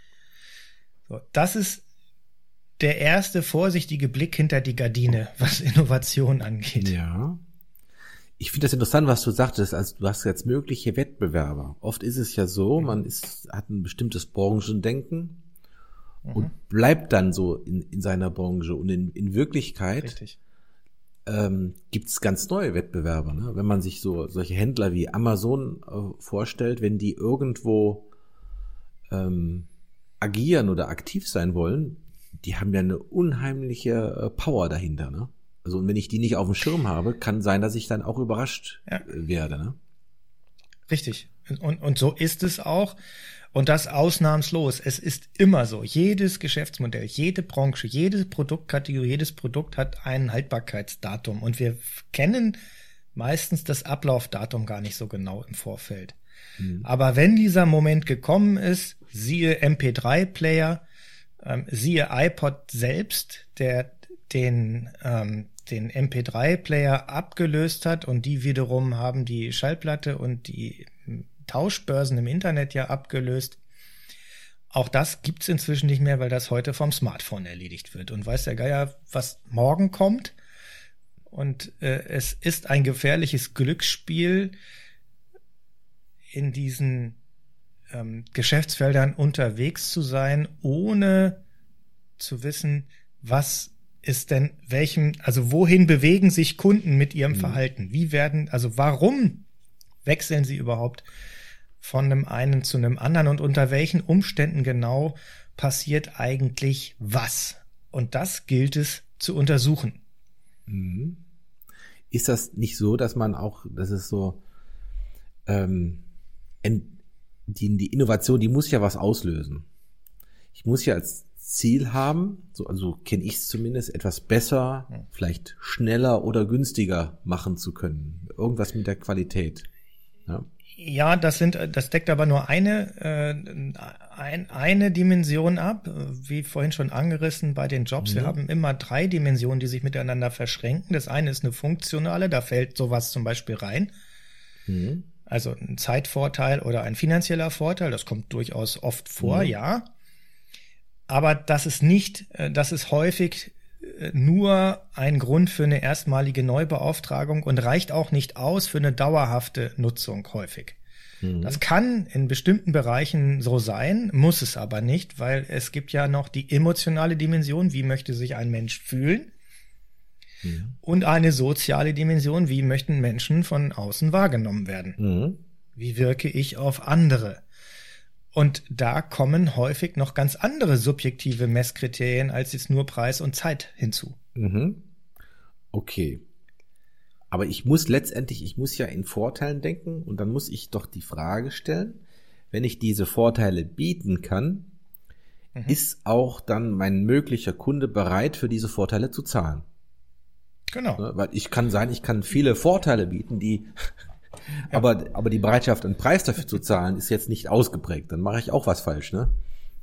So, das ist der erste vorsichtige Blick hinter die Gardine, was Innovation angeht. Ja. Ich finde das interessant, was du sagtest, also du hast jetzt mögliche Wettbewerber. Oft ist es ja so, man ist, hat ein bestimmtes Branchendenken mhm. und bleibt dann so in, in seiner Branche. Und in, in Wirklichkeit ähm, gibt es ganz neue Wettbewerber. Ne? Wenn man sich so solche Händler wie Amazon äh, vorstellt, wenn die irgendwo ähm, agieren oder aktiv sein wollen, die haben ja eine unheimliche äh, Power dahinter, ne? Also und wenn ich die nicht auf dem Schirm habe, kann sein, dass ich dann auch überrascht ja. werde. Ne? Richtig. Und, und so ist es auch. Und das ausnahmslos. Es ist immer so. Jedes Geschäftsmodell, jede Branche, jede Produktkategorie, jedes Produkt hat ein Haltbarkeitsdatum. Und wir kennen meistens das Ablaufdatum gar nicht so genau im Vorfeld. Mhm. Aber wenn dieser Moment gekommen ist, siehe M P drei Player, ähm, siehe iPod selbst, der den ähm, den M P drei Player abgelöst hat und die wiederum haben die Schallplatte und die Tauschbörsen im Internet ja abgelöst. Auch das gibt's inzwischen nicht mehr, weil das heute vom Smartphone erledigt wird. Und weiß der Geier, was morgen kommt. Und äh, es ist ein gefährliches Glücksspiel, in diesen ähm, Geschäftsfeldern unterwegs zu sein, ohne zu wissen, was ist denn welchen, also wohin bewegen sich Kunden mit ihrem mhm. Verhalten? Wie werden, also warum wechseln sie überhaupt von einem einen zu einem anderen und unter welchen Umständen genau passiert eigentlich was? Und das gilt es zu untersuchen. Mhm. Ist das nicht so, dass man auch, das ist so, ähm, die, die Innovation, die muss ja was auslösen. Ich muss ja als Ziel haben, so, also kenne ich es zumindest, etwas besser, ja. vielleicht schneller oder günstiger machen zu können. Irgendwas mit der Qualität. Ja, ja das sind, das deckt aber nur eine, äh, ein, eine Dimension ab, wie vorhin schon angerissen bei den Jobs. Mhm. Wir haben immer drei Dimensionen, die sich miteinander verschränken. Das eine ist eine funktionale, da fällt sowas zum Beispiel rein. Mhm. Also ein Zeitvorteil oder ein finanzieller Vorteil, das kommt durchaus oft vor, mhm. ja. Aber das ist nicht, das ist häufig nur ein Grund für eine erstmalige Neubeauftragung und reicht auch nicht aus für eine dauerhafte Nutzung häufig. Mhm. Das kann in bestimmten Bereichen so sein, muss es aber nicht, weil es gibt ja noch die emotionale Dimension, wie möchte sich ein Mensch fühlen, mhm. und eine soziale Dimension, wie möchten Menschen von außen wahrgenommen werden. Mhm. Wie wirke ich auf andere? Und da kommen häufig noch ganz andere subjektive Messkriterien als jetzt nur Preis und Zeit hinzu. Mhm. Okay. Aber ich muss letztendlich, ich muss ja in Vorteilen denken und dann muss ich doch die Frage stellen, wenn ich diese Vorteile bieten kann, mhm. ist auch dann mein möglicher Kunde bereit, für diese Vorteile zu zahlen? Genau. Weil ich kann sein, ich kann viele Vorteile bieten, die... Ja. Aber, aber die Bereitschaft, einen Preis dafür zu zahlen, ist jetzt nicht ausgeprägt. Dann mache ich auch was falsch, ne?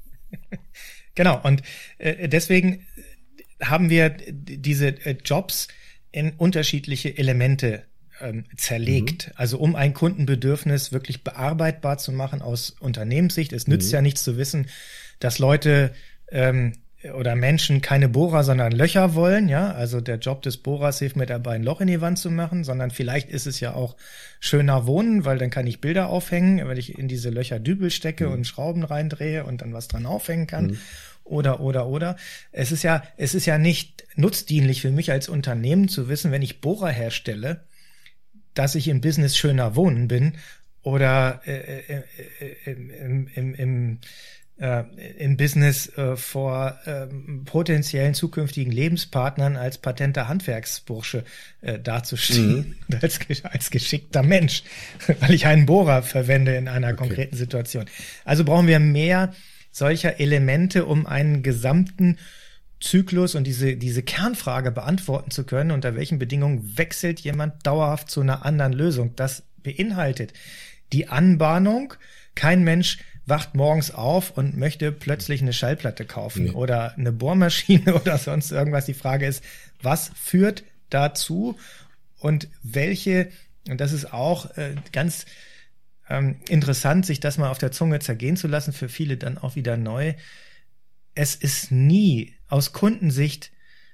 Genau. Und äh, deswegen haben wir diese äh, Jobs in unterschiedliche Elemente ähm, zerlegt. Mhm. Also um ein Kundenbedürfnis wirklich bearbeitbar zu machen aus Unternehmenssicht. Es nützt mhm. ja nichts zu wissen, dass Leute ähm, oder Menschen keine Bohrer, sondern Löcher wollen, ja, also der Job des Bohrers hilft mir dabei, ein Loch in die Wand zu machen, sondern vielleicht ist es ja auch schöner Wohnen, weil dann kann ich Bilder aufhängen, weil ich in diese Löcher Dübel stecke mhm. und Schrauben reindrehe und dann was dran aufhängen kann, mhm. oder, oder, oder. Es ist ja, es ist ja nicht nutzdienlich für mich als Unternehmen zu wissen, wenn ich Bohrer herstelle, dass ich im Business schöner Wohnen bin oder äh, äh, äh, im, im, im Äh, im Business äh, vor äh, potenziellen zukünftigen Lebenspartnern als patenter Handwerksbursche äh, dazustehen, mhm. als, als geschickter Mensch, weil ich einen Bohrer verwende in einer okay. konkreten Situation. Also brauchen wir mehr solcher Elemente, um einen gesamten Zyklus und diese diese Kernfrage beantworten zu können, unter welchen Bedingungen wechselt jemand dauerhaft zu einer anderen Lösung. Das beinhaltet die Anbahnung. Kein Mensch wacht morgens auf und möchte plötzlich eine Schallplatte kaufen nee. oder eine Bohrmaschine oder sonst irgendwas. Die Frage ist, was führt dazu und welche, und das ist auch äh, ganz ähm, interessant, sich das mal auf der Zunge zergehen zu lassen, für viele dann auch wieder neu. Es ist nie, aus Kundensicht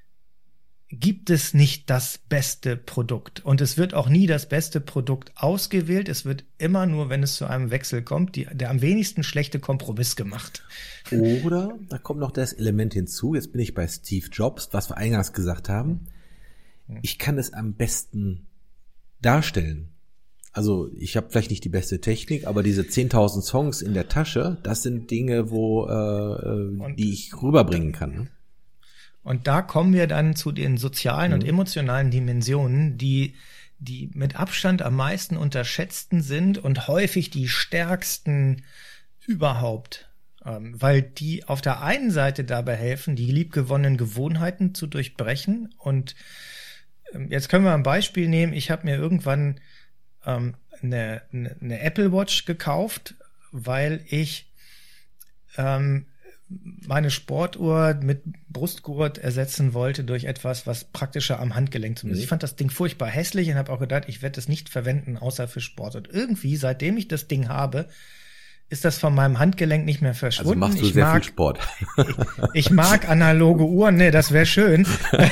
gibt es nicht das beste Produkt und es wird auch nie das beste Produkt ausgewählt. Es wird immer nur, wenn es zu einem Wechsel kommt, die, der am wenigsten schlechte Kompromiss gemacht. Oder, da kommt noch das Element hinzu, jetzt bin ich bei Steve Jobs, was wir eingangs gesagt haben, ich kann es am besten darstellen. Also ich habe vielleicht nicht die beste Technik, aber diese zehntausend Songs in der Tasche, das sind Dinge, wo äh, die ich rüberbringen kann, ne? Und da kommen wir dann zu den sozialen mhm. und emotionalen Dimensionen, die die mit Abstand am meisten unterschätzten sind und häufig die stärksten überhaupt, ähm, weil die auf der einen Seite dabei helfen, die liebgewonnenen Gewohnheiten zu durchbrechen. Und ähm, jetzt können wir ein Beispiel nehmen. Ich habe mir irgendwann ähm, eine, eine, eine Apple Watch gekauft, weil ich ähm, meine Sportuhr mit Brustgurt ersetzen wollte durch etwas, was praktischer am Handgelenk zumindest. Mhm. Ich fand das Ding furchtbar hässlich und habe auch gedacht, ich werde es nicht verwenden, außer für Sport. Und irgendwie, seitdem ich das Ding habe, ist das von meinem Handgelenk nicht mehr verschwunden. Also machst du ich sehr mag, viel Sport. ich, ich mag analoge Uhren. Nee, das wäre schön.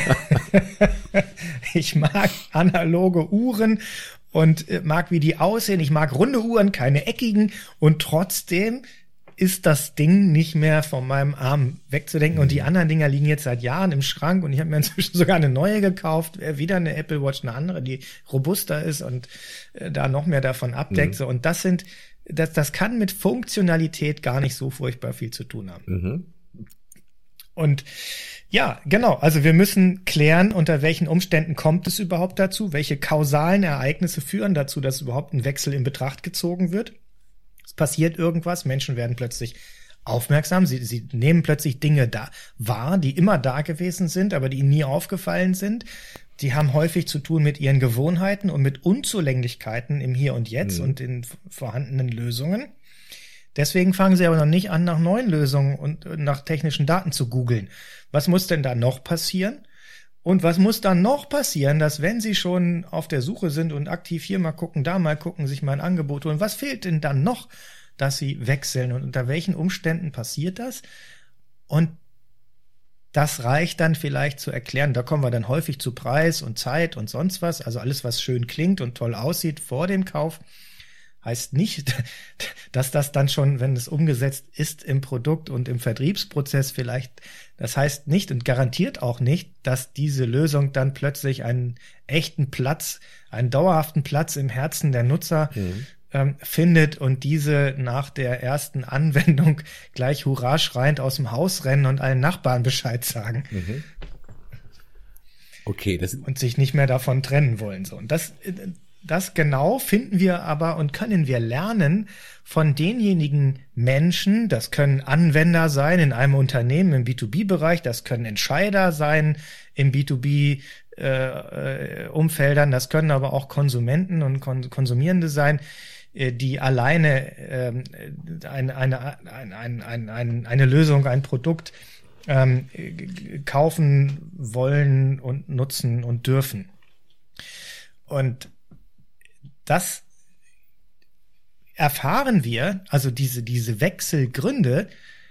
Ich mag analoge Uhren und mag, wie die aussehen. Ich mag runde Uhren, keine eckigen. Und trotzdem ist das Ding nicht mehr von meinem Arm wegzudenken. Mhm. Und die anderen Dinger liegen jetzt seit Jahren im Schrank und ich habe mir inzwischen sogar eine neue gekauft, wieder eine Apple Watch, eine andere, die robuster ist und äh, da noch mehr davon abdeckt. Mhm. So, und das sind, das, das kann mit Funktionalität gar nicht so furchtbar viel zu tun haben. Mhm. Und ja, genau. Also wir müssen klären, unter welchen Umständen kommt es überhaupt dazu, welche kausalen Ereignisse führen dazu, dass überhaupt ein Wechsel in Betracht gezogen wird. Es passiert irgendwas, Menschen werden plötzlich aufmerksam, sie, sie nehmen plötzlich Dinge da wahr, die immer da gewesen sind, aber die ihnen nie aufgefallen sind. Die haben häufig zu tun mit ihren Gewohnheiten und mit Unzulänglichkeiten im Hier und Jetzt mhm. und in vorhandenen Lösungen. Deswegen fangen sie aber noch nicht an, nach neuen Lösungen und nach technischen Daten zu googeln. Was muss denn da noch passieren? Und was muss dann noch passieren, dass wenn sie schon auf der Suche sind und aktiv hier mal gucken, da mal gucken, sich mal ein Angebot holen, was fehlt denn dann noch, dass sie wechseln und unter welchen Umständen passiert das? Und das reicht dann vielleicht zu erklären, da kommen wir dann häufig zu Preis und Zeit und sonst was, also alles, was schön klingt und toll aussieht vor dem Kauf, heißt nicht, dass das dann schon, wenn es umgesetzt ist im Produkt und im Vertriebsprozess vielleicht, das heißt nicht und garantiert auch nicht, dass diese Lösung dann plötzlich einen echten Platz, einen dauerhaften Platz im Herzen der Nutzer mhm. ähm, findet und diese nach der ersten Anwendung gleich hurra schreiend aus dem Haus rennen und allen Nachbarn Bescheid sagen. Mhm. Okay, das und sich nicht mehr davon trennen wollen. So. Und das Das genau finden wir aber und können wir lernen von denjenigen Menschen, das können Anwender sein in einem Unternehmen im B zwei B-Bereich, das können Entscheider sein in B zwei B-Umfeldern, das können aber auch Konsumenten und Kon- Konsumierende sein, die alleine ähm, eine, eine, eine, eine, eine, eine Lösung, ein Produkt ähm, kaufen wollen und nutzen und dürfen. Und das erfahren wir, also diese, diese Wechselgründe,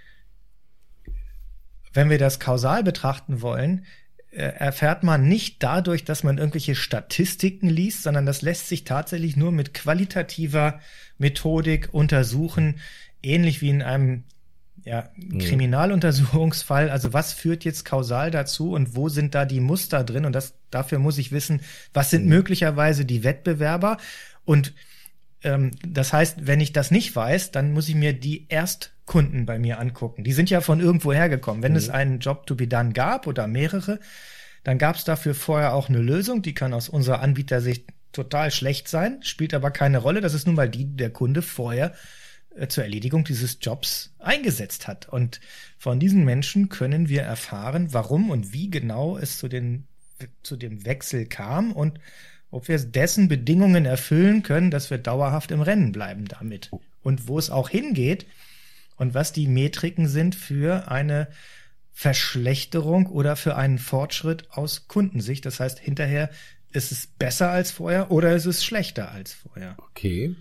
wenn wir das kausal betrachten wollen, erfährt man nicht dadurch, dass man irgendwelche Statistiken liest, sondern das lässt sich tatsächlich nur mit qualitativer Methodik untersuchen, ähnlich wie in einem ja, mhm. Kriminaluntersuchungsfall. Also was führt jetzt kausal dazu und wo sind da die Muster drin? Und das, dafür muss ich wissen, was sind mhm. möglicherweise die Wettbewerber? Und ähm, das heißt, wenn ich das nicht weiß, dann muss ich mir die Erstkunden bei mir angucken. Die sind ja von irgendwo hergekommen. Wenn mhm. es einen Job to be done gab oder mehrere, dann gab es dafür vorher auch eine Lösung. Die kann aus unserer Anbietersicht total schlecht sein, spielt aber keine Rolle. Das ist nun mal die, die der Kunde vorher äh, zur Erledigung dieses Jobs eingesetzt hat. Und von diesen Menschen können wir erfahren, warum und wie genau es zu den zu dem Wechsel kam und ob wir dessen Bedingungen erfüllen können, dass wir dauerhaft im Rennen bleiben damit. Und wo es auch hingeht und was die Metriken sind für eine Verschlechterung oder für einen Fortschritt aus Kundensicht. Das heißt, hinterher ist es besser als vorher oder ist es schlechter als vorher. Okay.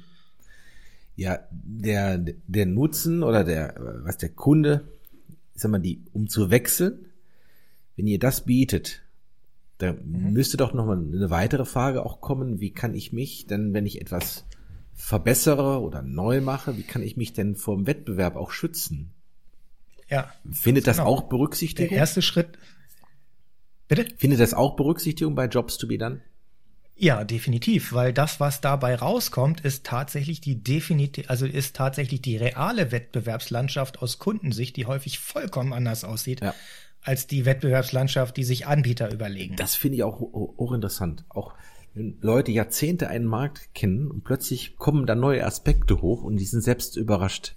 Ja, der, der Nutzen oder der, was der Kunde, ich sag mal, die, um zu wechseln, wenn ihr das bietet, da mhm. müsste doch noch mal eine weitere Frage auch kommen. Wie kann ich mich denn, wenn ich etwas verbessere oder neu mache, wie kann ich mich denn vor dem Wettbewerb auch schützen? Ja. Findet das genau. auch Berücksichtigung? Der erste Schritt. Bitte? Findet das auch Berücksichtigung bei Jobs to be done? Ja, definitiv, weil das, was dabei rauskommt, ist tatsächlich die definitiv, also ist tatsächlich die reale Wettbewerbslandschaft aus Kundensicht, die häufig vollkommen anders aussieht. Ja. als die Wettbewerbslandschaft, die sich Anbieter überlegen. Das finde ich auch, auch interessant. Auch wenn Leute Jahrzehnte einen Markt kennen und plötzlich kommen da neue Aspekte hoch und die sind selbst überrascht.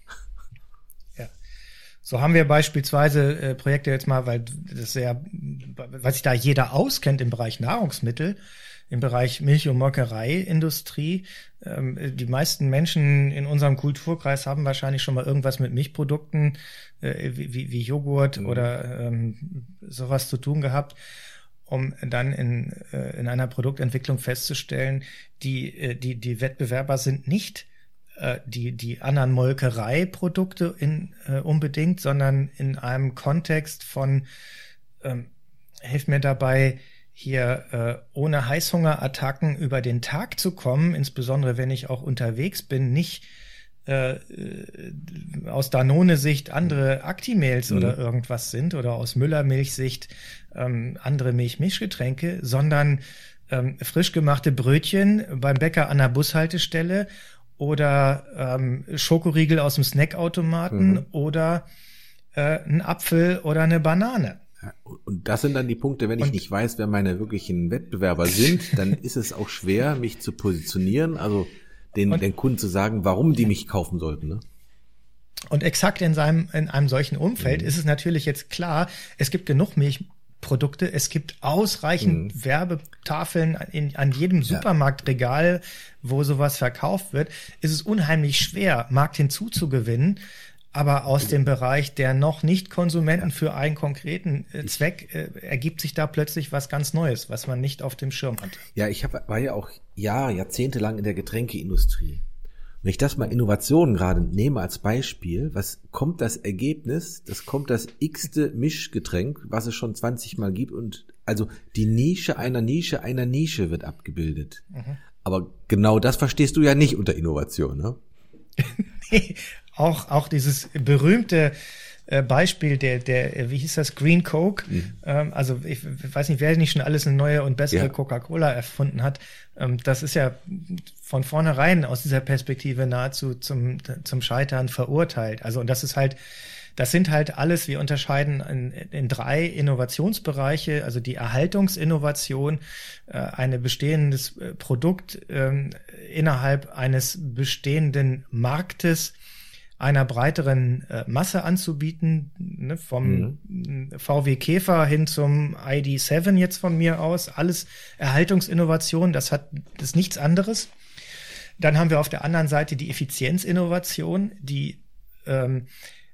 Ja, so haben wir beispielsweise äh, Projekte jetzt mal, weil das ja, weil sich da jeder auskennt im Bereich Nahrungsmittel, im Bereich Milch- und Molkereiindustrie. Ähm, die meisten Menschen in unserem Kulturkreis haben wahrscheinlich schon mal irgendwas mit Milchprodukten äh, wie, wie Joghurt mhm. oder ähm, sowas zu tun gehabt, um dann in, äh, in einer Produktentwicklung festzustellen, die, äh, die, die Wettbewerber sind nicht äh, die, die anderen Molkereiprodukte in, äh, unbedingt, sondern in einem Kontext von, ähm, hilf mir dabei, hier äh, ohne Heißhungerattacken über den Tag zu kommen, insbesondere wenn ich auch unterwegs bin, nicht äh, aus Danone-Sicht andere Actimels mhm. oder irgendwas sind oder aus Müller-Milch-Sicht ähm, andere Milch-Mischgetränke, sondern ähm, frisch gemachte Brötchen beim Bäcker an der Bushaltestelle oder ähm, Schokoriegel aus dem Snackautomaten mhm. oder äh, ein Apfel oder eine Banane. Und das sind dann die Punkte, wenn ich und, nicht weiß, wer meine wirklichen Wettbewerber sind, dann ist es auch schwer, mich zu positionieren, also den, und, den Kunden zu sagen, warum die mich kaufen sollten. Ne? Und exakt in seinem, in einem solchen Umfeld mhm. ist es natürlich jetzt klar, es gibt genug Milchprodukte, es gibt ausreichend mhm. Werbetafeln in, an jedem Supermarktregal, wo sowas verkauft wird. Ist es unheimlich schwer, Markt hinzuzugewinnen. Aber aus dem Bereich der noch nicht Konsumenten für einen konkreten äh, Zweck äh, ergibt sich da plötzlich was ganz Neues, was man nicht auf dem Schirm hat. Ja, ich hab, war ja auch Jahr, jahrzehntelang in der Getränkeindustrie. Wenn ich das mal Innovationen gerade nehme als Beispiel, was kommt das Ergebnis? Das kommt das x-te Mischgetränk, was es schon zwanzig Mal gibt. Und also die Nische einer Nische einer Nische wird abgebildet. Mhm. Aber genau das verstehst du ja nicht unter Innovation, ne? Nee. Auch, auch dieses berühmte äh, Beispiel der, der, wie hieß das, Green Coke. Mhm. Ähm, also ich weiß nicht, wer nicht schon alles eine neue und bessere ja. Coca-Cola erfunden hat. Ähm, das ist ja von vornherein aus dieser Perspektive nahezu zum, zum Scheitern verurteilt. Also, und das ist halt, das sind halt alles, wir unterscheiden in, in drei Innovationsbereiche, also die Erhaltungsinnovation, äh, ein bestehendes Produkt äh, innerhalb eines bestehenden Marktes einer breiteren äh, Masse anzubieten, ne, vom mhm. V W Käfer hin zum I D sieben jetzt von mir aus, alles Erhaltungsinnovation, das hat, das ist nichts anderes. Dann haben wir auf der anderen Seite die Effizienzinnovation, die ähm,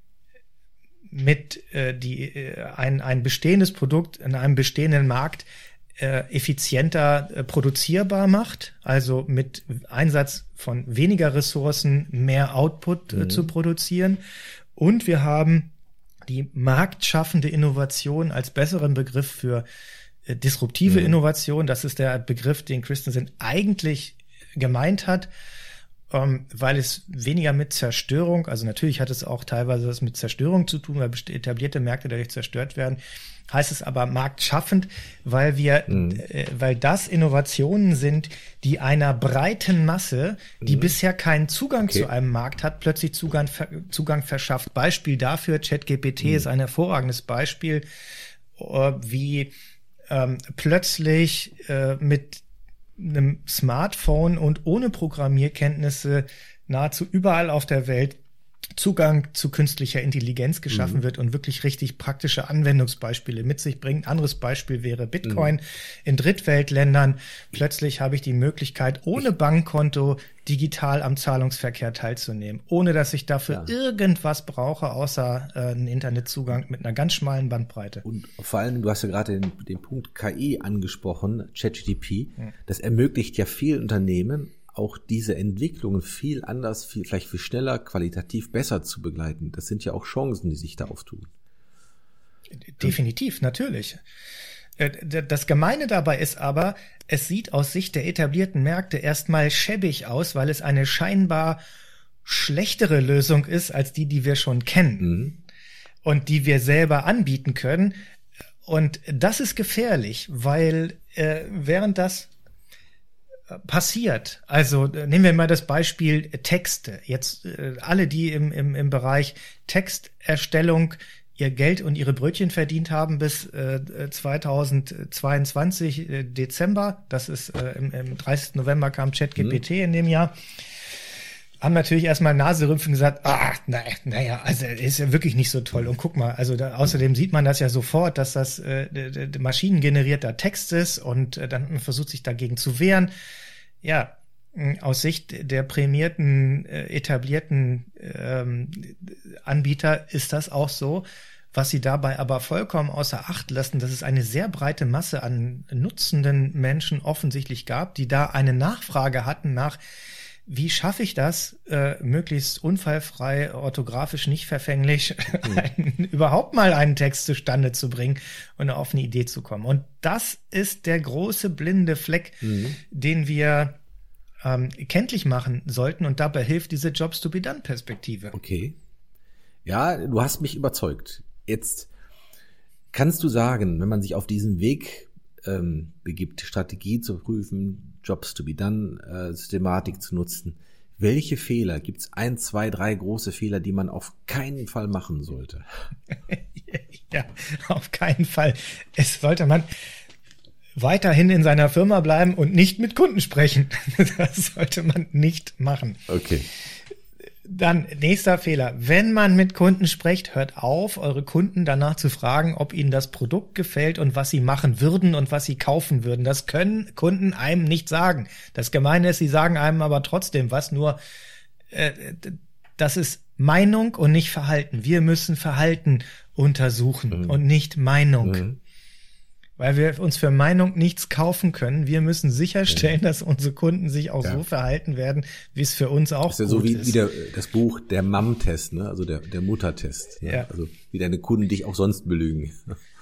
mit äh, die äh, ein ein bestehendes Produkt in einem bestehenden Markt äh, effizienter äh, produzierbar macht, also mit Einsatz von weniger Ressourcen mehr Output äh, mhm. zu produzieren. Und wir haben die marktschaffende Innovation als besseren Begriff für äh, disruptive mhm. Innovation. Das ist der Begriff, den Christensen eigentlich gemeint hat, ähm, weil es weniger mit Zerstörung, also natürlich hat es auch teilweise was mit Zerstörung zu tun, weil etablierte Märkte dadurch zerstört werden, heißt es aber marktschaffend, weil wir, mhm. äh, weil das Innovationen sind, die einer breiten Masse, die mhm. bisher keinen Zugang okay. zu einem Markt hat, plötzlich Zugang, Zugang verschafft. Beispiel dafür, ChatGPT mhm. ist ein hervorragendes Beispiel, äh, wie ähm, plötzlich äh, mit einem Smartphone und ohne Programmierkenntnisse nahezu überall auf der Welt Zugang zu künstlicher Intelligenz geschaffen mhm. wird und wirklich richtig praktische Anwendungsbeispiele mit sich bringt. Ein anderes Beispiel wäre Bitcoin. Mhm. In Drittweltländern plötzlich habe ich die Möglichkeit, ohne Bankkonto digital am Zahlungsverkehr teilzunehmen, ohne dass ich dafür ja. irgendwas brauche, außer äh, einen Internetzugang mit einer ganz schmalen Bandbreite. Und vor allem, du hast ja gerade den, den Punkt K I angesprochen, ChatGPT. Mhm. Das ermöglicht ja vielen Unternehmen, auch diese Entwicklungen viel anders, viel, vielleicht viel schneller, qualitativ besser zu begleiten. Das sind ja auch Chancen, die sich da auftun. Definitiv, natürlich. Das Gemeine dabei ist aber, es sieht aus Sicht der etablierten Märkte erstmal schäbig aus, weil es eine scheinbar schlechtere Lösung ist, als die, die wir schon kennen mhm. und die wir selber anbieten können. Und das ist gefährlich, weil äh, während das passiert. Also nehmen wir mal das Beispiel Texte. Jetzt äh, alle, die im, im, im Bereich Texterstellung ihr Geld und ihre Brötchen verdient haben bis äh, zweitausendzweiundzwanzig äh, Dezember, das ist äh, im, im dreißigsten November kam ChatGPT mhm. in dem Jahr, haben natürlich erstmal Naserümpfen gesagt, ah, naja, naja, also ist ja wirklich nicht so toll. Und guck mal, also da, außerdem sieht man das ja sofort, dass das äh, maschinengenerierter Text ist und äh, dann versucht sich dagegen zu wehren. Ja, aus Sicht der prämierten, äh, etablierten ähm, Anbieter ist das auch so. Was sie dabei aber vollkommen außer Acht lassen, dass es eine sehr breite Masse an nutzenden Menschen offensichtlich gab, die da eine Nachfrage hatten nach, wie schaffe ich das, äh, möglichst unfallfrei, orthografisch nicht verfänglich, mhm. einen, überhaupt mal einen Text zustande zu bringen und auf eine Idee zu kommen. Und das ist der große blinde Fleck, mhm. den wir ähm, kenntlich machen sollten. Und dabei hilft diese Jobs-to-be-done-Perspektive. Okay. Ja, du hast mich überzeugt. Jetzt kannst du sagen, wenn man sich auf diesen Weg ähm, begibt, Strategie zu prüfen, Jobs-to-be-done, äh, Systematik zu nutzen, welche Fehler, gibt es ein, zwei, drei große Fehler, die man auf keinen Fall machen sollte? Ja, auf keinen Fall. Es sollte man weiterhin in seiner Firma bleiben und nicht mit Kunden sprechen. Das sollte man nicht machen. Okay. Dann nächster Fehler. Wenn man mit Kunden spricht, hört auf, eure Kunden danach zu fragen, ob ihnen das Produkt gefällt und was sie machen würden und was sie kaufen würden. Das können Kunden einem nicht sagen. Das Gemeine ist, sie sagen einem aber trotzdem was, nur äh, das ist Meinung und nicht Verhalten. Wir müssen Verhalten untersuchen mhm. und nicht Meinung. Mhm. Weil wir uns für Meinung nichts kaufen können. Wir müssen sicherstellen, ja. dass unsere Kunden sich auch ja. so verhalten werden, wie es für uns auch das ist. Ja, so wie, ist. wie der, das Buch Der Mom-Test, ne? Also der, der Muttertest. Ne? Ja. Also wie deine Kunden dich auch sonst belügen.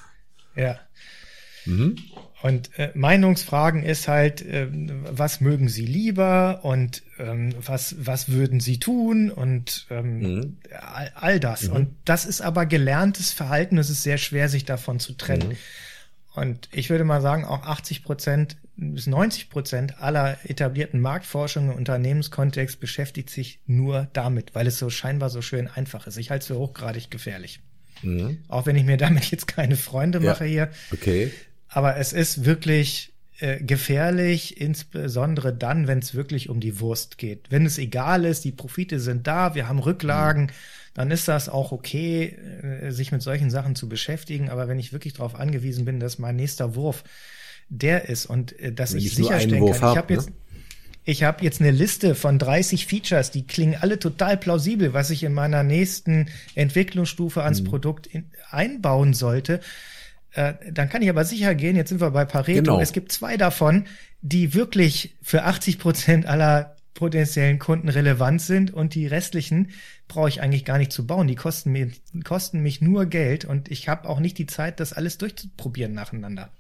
Ja. Mhm. Und äh, Meinungsfragen ist halt, äh, was mögen sie lieber und ähm, was was würden sie tun und ähm, mhm. all, all das. Mhm. Und das ist aber gelerntes Verhalten. Es ist sehr schwer, sich davon zu trennen. Mhm. Und ich würde mal sagen, auch achtzig Prozent bis neunzig Prozent aller etablierten Marktforschung im Unternehmenskontext beschäftigt sich nur damit, weil es so scheinbar so schön einfach ist. Ich halte es für hochgradig gefährlich. Mhm. Auch wenn ich mir damit jetzt keine Freunde mache ja. hier. Okay. Aber es ist wirklich äh, gefährlich, insbesondere dann, wenn es wirklich um die Wurst geht. Wenn es egal ist, die Profite sind da, wir haben Rücklagen, mhm. dann ist das auch okay, sich mit solchen Sachen zu beschäftigen. Aber wenn ich wirklich darauf angewiesen bin, dass mein nächster Wurf der ist und dass wenn ich sicherstellen kann, ich habe jetzt, ne? ich habe jetzt eine Liste von dreißig Features, die klingen alle total plausibel, was ich in meiner nächsten Entwicklungsstufe ans mhm. Produkt in, einbauen sollte. Äh, dann kann ich aber sicher gehen, jetzt sind wir bei Pareto, genau. Es gibt zwei davon, die wirklich für achtzig Prozent aller potenziellen Kunden relevant sind und die restlichen brauche ich eigentlich gar nicht zu bauen. Die kosten mir kosten mich nur Geld und ich habe auch nicht die Zeit, das alles durchzuprobieren nacheinander.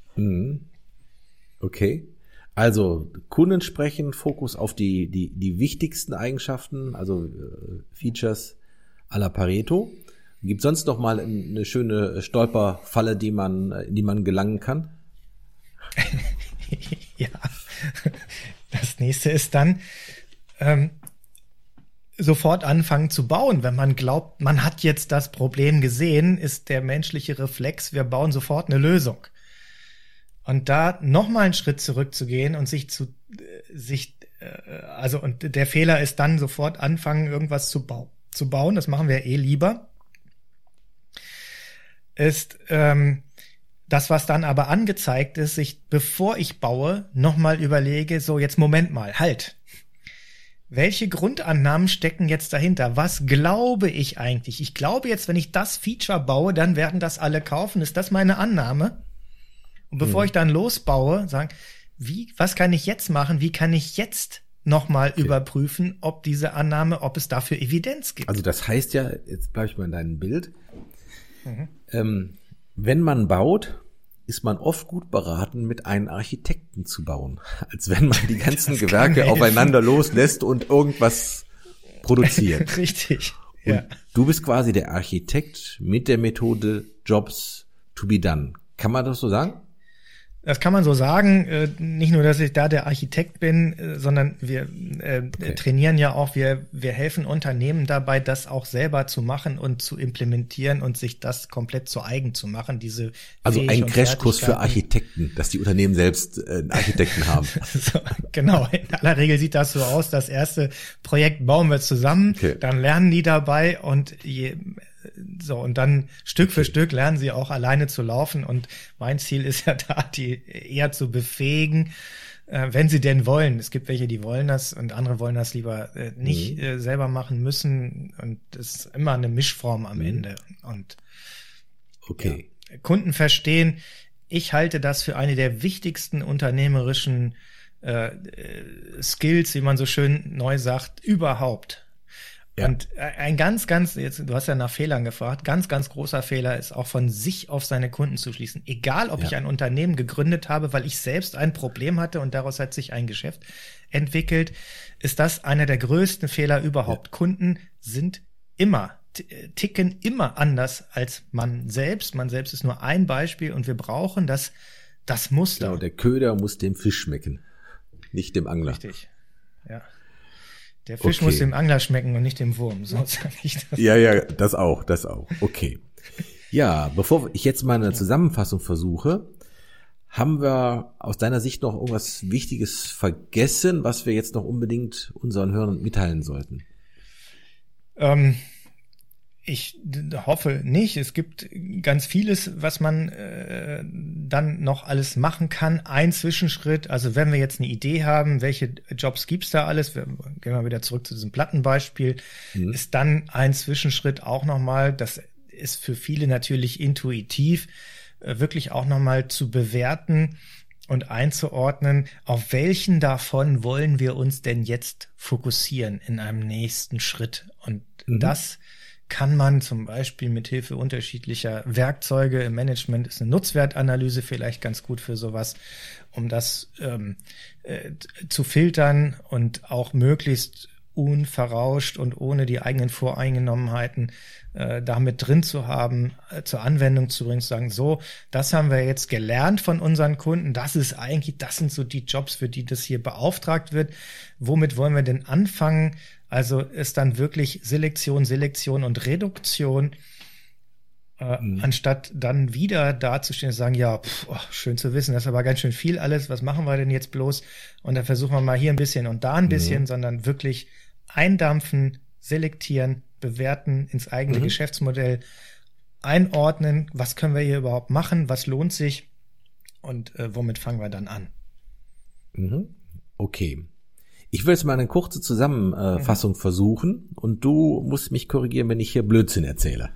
Okay. Also Kunden sprechen, Fokus auf die die die wichtigsten Eigenschaften, also äh, Features à la Pareto. Gibt sonst noch mal eine schöne Stolperfalle, die man in die man gelangen kann? Ja. Das nächste ist dann ähm, sofort anfangen zu bauen. Wenn man glaubt, man hat jetzt das Problem gesehen, ist der menschliche Reflex, wir bauen sofort eine Lösung. Und da nochmal einen Schritt zurückzugehen und sich zu, äh, sich, äh, also, und der Fehler ist dann sofort anfangen, irgendwas zu, bau- zu bauen, das machen wir eh lieber, ist, ähm, das, was dann aber angezeigt ist, sich, bevor ich baue, nochmal überlege, so jetzt Moment mal, halt. Welche Grundannahmen stecken jetzt dahinter? Was glaube ich eigentlich? Ich glaube jetzt, wenn ich das Feature baue, dann werden das alle kaufen. Ist das meine Annahme? Und bevor mhm. ich dann losbaue, sagen, wie, was kann ich jetzt machen? Wie kann ich jetzt nochmal okay. überprüfen, ob diese Annahme, ob es dafür Evidenz gibt? Also das heißt ja, jetzt bleibe ich mal in deinem Bild, mhm. ähm, wenn man baut, ist man oft gut beraten, mit einem Architekten zu bauen, als wenn man die ganzen das Gewerke aufeinander loslässt und irgendwas produziert. Richtig. Und ja. Du bist quasi der Architekt mit der Methode Jobs to be done. Kann man das so sagen? Das kann man so sagen. Äh, nicht nur, dass ich da der Architekt bin, äh, sondern wir äh, okay. trainieren ja auch, wir wir helfen Unternehmen dabei, das auch selber zu machen und zu implementieren und sich das komplett zu eigen zu machen. Diese also ein Crashkurs für Architekten, dass die Unternehmen selbst äh, einen Architekten haben. So, genau. In aller Regel sieht das so aus. Das erste Projekt bauen wir zusammen, okay. dann lernen die dabei und je So, und dann Stück für Stück lernen sie auch alleine zu laufen. Und mein Ziel ist ja da, die eher zu befähigen, äh, wenn sie denn wollen. Es gibt welche, die wollen das und andere wollen das lieber äh, nicht mhm. äh, selber machen müssen. Und das ist immer eine Mischform am mhm. Ende. Und okay. Ja, Kunden verstehen, ich halte das für eine der wichtigsten unternehmerischen äh, Skills, wie man so schön neu sagt, überhaupt. Ja. Und ein ganz, ganz, jetzt, du hast ja nach Fehlern gefragt, ganz, ganz großer Fehler ist auch von sich auf seine Kunden zu schließen. Egal, ob ja. ich ein Unternehmen gegründet habe, weil ich selbst ein Problem hatte und daraus hat sich ein Geschäft entwickelt, ist das einer der größten Fehler überhaupt. Ja. Kunden sind immer, ticken immer anders als man selbst. Man selbst ist nur ein Beispiel und wir brauchen das, das Muster. Genau, der Köder muss dem Fisch schmecken, nicht dem Angler. Richtig, ja. Der Fisch okay. muss dem Angler schmecken und nicht dem Wurm, sonst sage ich das. Ja, ja, das auch, das auch. Okay. Ja, bevor ich jetzt mal eine Zusammenfassung versuche, haben wir aus deiner Sicht noch irgendwas Wichtiges vergessen, was wir jetzt noch unbedingt unseren Hörern mitteilen sollten? Ähm, ich hoffe nicht. Es gibt ganz vieles, was man äh, dann noch alles machen kann. Ein Zwischenschritt, also wenn wir jetzt eine Idee haben, welche Jobs gibt's da alles, wir gehen mal wieder zurück zu diesem Plattenbeispiel, mhm. ist dann ein Zwischenschritt auch nochmal, das ist für viele natürlich intuitiv, äh, wirklich auch nochmal zu bewerten und einzuordnen, auf welchen davon wollen wir uns denn jetzt fokussieren in einem nächsten Schritt. Und mhm. das kann man zum Beispiel mit Hilfe unterschiedlicher Werkzeuge im Management, ist eine Nutzwertanalyse vielleicht ganz gut für sowas, um das ähm, äh, zu filtern und auch möglichst unverrauscht und ohne die eigenen Voreingenommenheiten äh, damit drin zu haben, äh, zur Anwendung zu bringen, zu sagen, so, das haben wir jetzt gelernt von unseren Kunden, das ist eigentlich, das sind so die Jobs, für die das hier beauftragt wird. Womit wollen wir denn anfangen? Also ist dann wirklich Selektion, Selektion und Reduktion, äh, mhm. anstatt dann wieder dazustehen und sagen, ja, pff, oh, schön zu wissen, das ist aber ganz schön viel alles, was machen wir denn jetzt bloß? Und dann versuchen wir mal hier ein bisschen und da ein bisschen, mhm. sondern wirklich eindampfen, selektieren, bewerten, ins eigene mhm. Geschäftsmodell einordnen, was können wir hier überhaupt machen, was lohnt sich und äh, womit fangen wir dann an? Mhm. Okay. Ich will jetzt mal eine kurze Zusammenfassung mhm. versuchen und du musst mich korrigieren, wenn ich hier Blödsinn erzähle.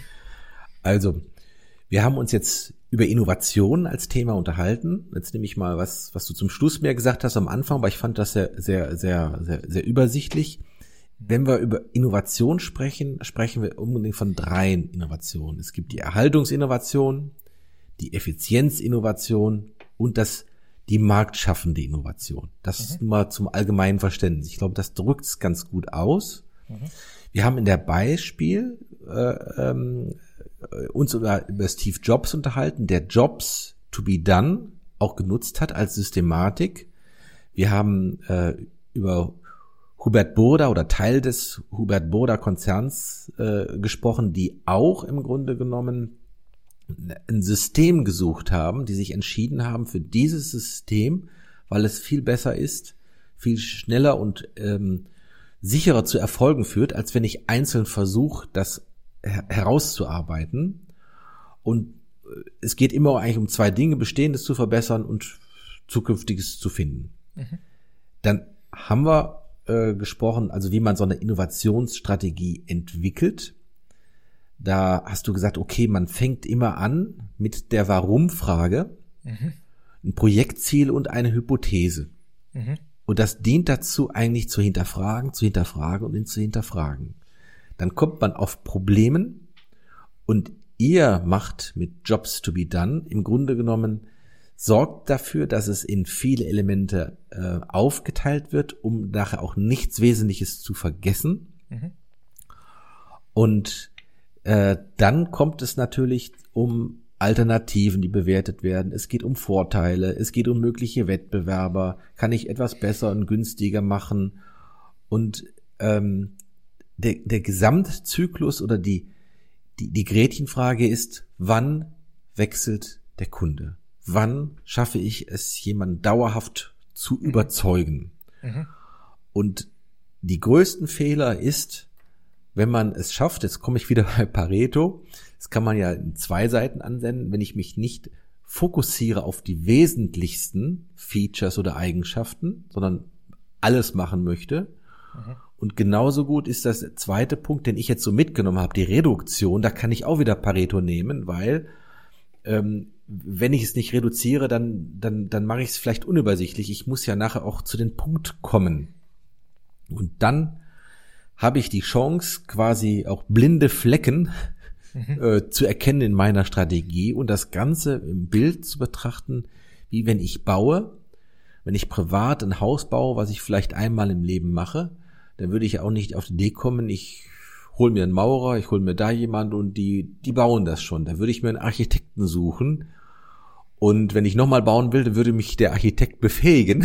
Also, wir haben uns jetzt über Innovation als Thema unterhalten. Jetzt nehme ich mal was, was du zum Schluss mehr gesagt hast am Anfang, weil ich fand das sehr, sehr, sehr, sehr, sehr übersichtlich. Wenn wir über Innovation sprechen, sprechen wir unbedingt von drei Innovationen. Es gibt die Erhaltungsinnovation, die Effizienzinnovation und das die marktschaffende Innovation. Das mhm. ist mal zum allgemeinen Verständnis. Ich glaube, das drückt es ganz gut aus. Mhm. Wir haben in der Beispiel äh, ähm, uns über, über Steve Jobs unterhalten, der Jobs to be done auch genutzt hat als Systematik. Wir haben äh, über Hubert Burda oder Teil des Hubert Burda Konzerns äh, gesprochen, die auch im Grunde genommen ein System gesucht haben, die sich entschieden haben für dieses System, weil es viel besser ist, viel schneller und ähm, sicherer zu Erfolgen führt, als wenn ich einzeln versuche, das her- herauszuarbeiten. Und es geht immer eigentlich um zwei Dinge, Bestehendes zu verbessern und Zukünftiges zu finden. Mhm. Dann haben wir äh, gesprochen, also wie man so eine Innovationsstrategie entwickelt. Da hast du gesagt, okay, man fängt immer an mit der Warum-Frage, mhm. ein Projektziel und eine Hypothese. Mhm. Und das dient dazu, eigentlich zu hinterfragen, zu hinterfragen und zu hinterfragen. Dann kommt man auf Problemen und ihr macht mit Jobs to be done im Grunde genommen, sorgt dafür, dass es in viele Elemente äh, aufgeteilt wird, um nachher auch nichts Wesentliches zu vergessen. Mhm. Und Äh, dann kommt es natürlich um Alternativen, die bewertet werden. Es geht um Vorteile, es geht um mögliche Wettbewerber. Kann ich etwas besser und günstiger machen? Und ähm, der, der Gesamtzyklus oder die, die, die Gretchenfrage ist, wann wechselt der Kunde? Wann schaffe ich es, jemanden dauerhaft zu mhm. überzeugen? Mhm. Und die größten Fehler ist, wenn man es schafft, jetzt komme ich wieder bei Pareto, das kann man ja in zwei Seiten ansenden, wenn ich mich nicht fokussiere auf die wesentlichsten Features oder Eigenschaften, sondern alles machen möchte. Mhm. Und genauso gut ist das zweite Punkt, den ich jetzt so mitgenommen habe, die Reduktion, da kann ich auch wieder Pareto nehmen, weil ähm, wenn ich es nicht reduziere, dann, dann, dann mache ich es vielleicht unübersichtlich. Ich muss ja nachher auch zu den Punkt kommen. Und dann habe ich die Chance, quasi auch blinde Flecken mhm. äh, zu erkennen in meiner Strategie und das Ganze im Bild zu betrachten, wie wenn ich baue, wenn ich privat ein Haus baue, was ich vielleicht einmal im Leben mache, dann würde ich auch nicht auf die Idee kommen, ich hole mir einen Maurer, ich hole mir da jemand und die die bauen das schon. Da würde ich mir einen Architekten suchen und wenn ich nochmal bauen will, dann würde mich der Architekt befähigen,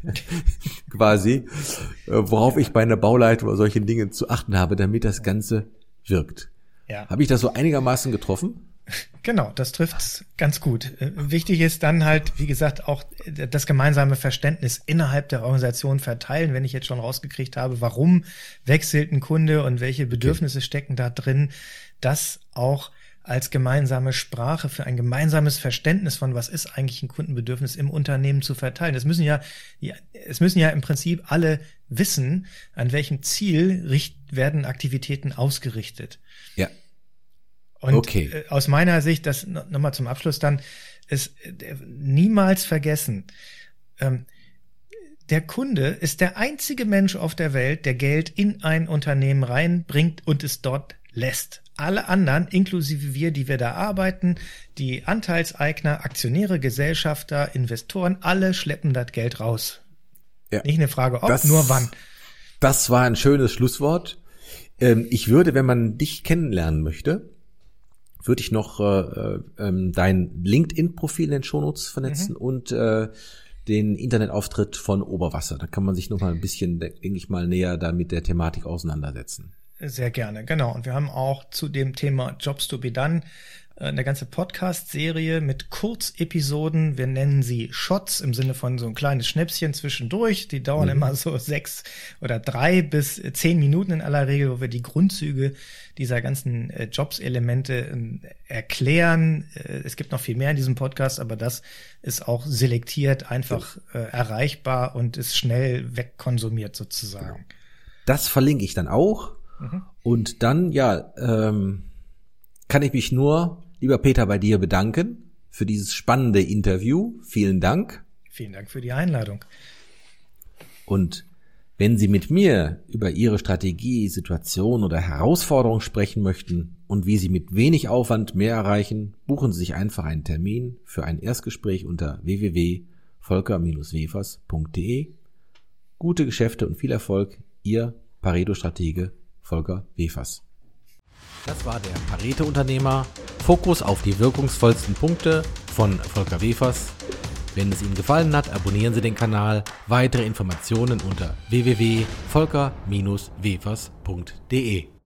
quasi, worauf ja. ich bei einer Bauleitung oder solchen Dingen zu achten habe, damit das Ganze wirkt. Ja. Habe ich das so einigermaßen getroffen? Genau, das trifft's ganz gut. Wichtig ist dann halt, wie gesagt, auch das gemeinsame Verständnis innerhalb der Organisation verteilen. Wenn ich jetzt schon rausgekriegt habe, warum wechselt ein Kunde und welche Bedürfnisse okay. stecken da drin, das auch als gemeinsame Sprache für ein gemeinsames Verständnis von was ist eigentlich ein Kundenbedürfnis im Unternehmen zu verteilen. Es müssen ja, es müssen ja im Prinzip alle wissen, an welchem Ziel richt, werden Aktivitäten ausgerichtet. Ja. Und okay. äh, aus meiner Sicht, das nochmal zum Abschluss dann, ist äh, niemals vergessen, ähm, der Kunde ist der einzige Mensch auf der Welt, der Geld in ein Unternehmen reinbringt und es dort lässt. Alle anderen, inklusive wir, die wir da arbeiten, die Anteilseigner, Aktionäre, Gesellschafter, Investoren, alle schleppen das Geld raus. Ja. Nicht eine Frage ob, das, nur wann. Das war ein schönes Schlusswort. Ähm, ich würde, wenn man dich kennenlernen möchte, würde ich noch äh, äh, dein LinkedIn-Profil in den Shownotes vernetzen mhm. und äh, den Internetauftritt von Oberwasser. Da kann man sich noch mal ein bisschen, denke ich mal, näher da mit der Thematik auseinandersetzen. Sehr gerne, genau. Und wir haben auch zu dem Thema Jobs to be done eine ganze Podcast-Serie mit Kurzepisoden. Wir nennen sie Shots im Sinne von so ein kleines Schnäpschen zwischendurch. Die dauern mhm. immer so sechs oder drei bis zehn Minuten in aller Regel, wo wir die Grundzüge dieser ganzen äh, Jobs-Elemente äh, erklären. Äh, es gibt noch viel mehr in diesem Podcast, aber das ist auch selektiert, einfach äh, erreichbar und ist schnell wegkonsumiert sozusagen. Das verlinke ich dann auch. Mhm. Und dann, ja, ähm, kann ich mich nur, lieber Peter, bei dir bedanken für dieses spannende Interview. Vielen Dank. Vielen Dank für die Einladung. Und wenn Sie mit mir über Ihre Strategie, Situation oder Herausforderung sprechen möchten und wie Sie mit wenig Aufwand mehr erreichen, buchen Sie sich einfach einen Termin für ein Erstgespräch unter w w w punkt volker Bindestrich wefers punkt de. Gute Geschäfte und viel Erfolg, Ihr Pareto-Stratege Volker Wefers. Das war der Pareto-Unternehmer. Fokus auf die wirkungsvollsten Punkte von Volker Wefers. Wenn es Ihnen gefallen hat, abonnieren Sie den Kanal. Weitere Informationen unter w w w punkt volker Bindestrich wefers punkt de.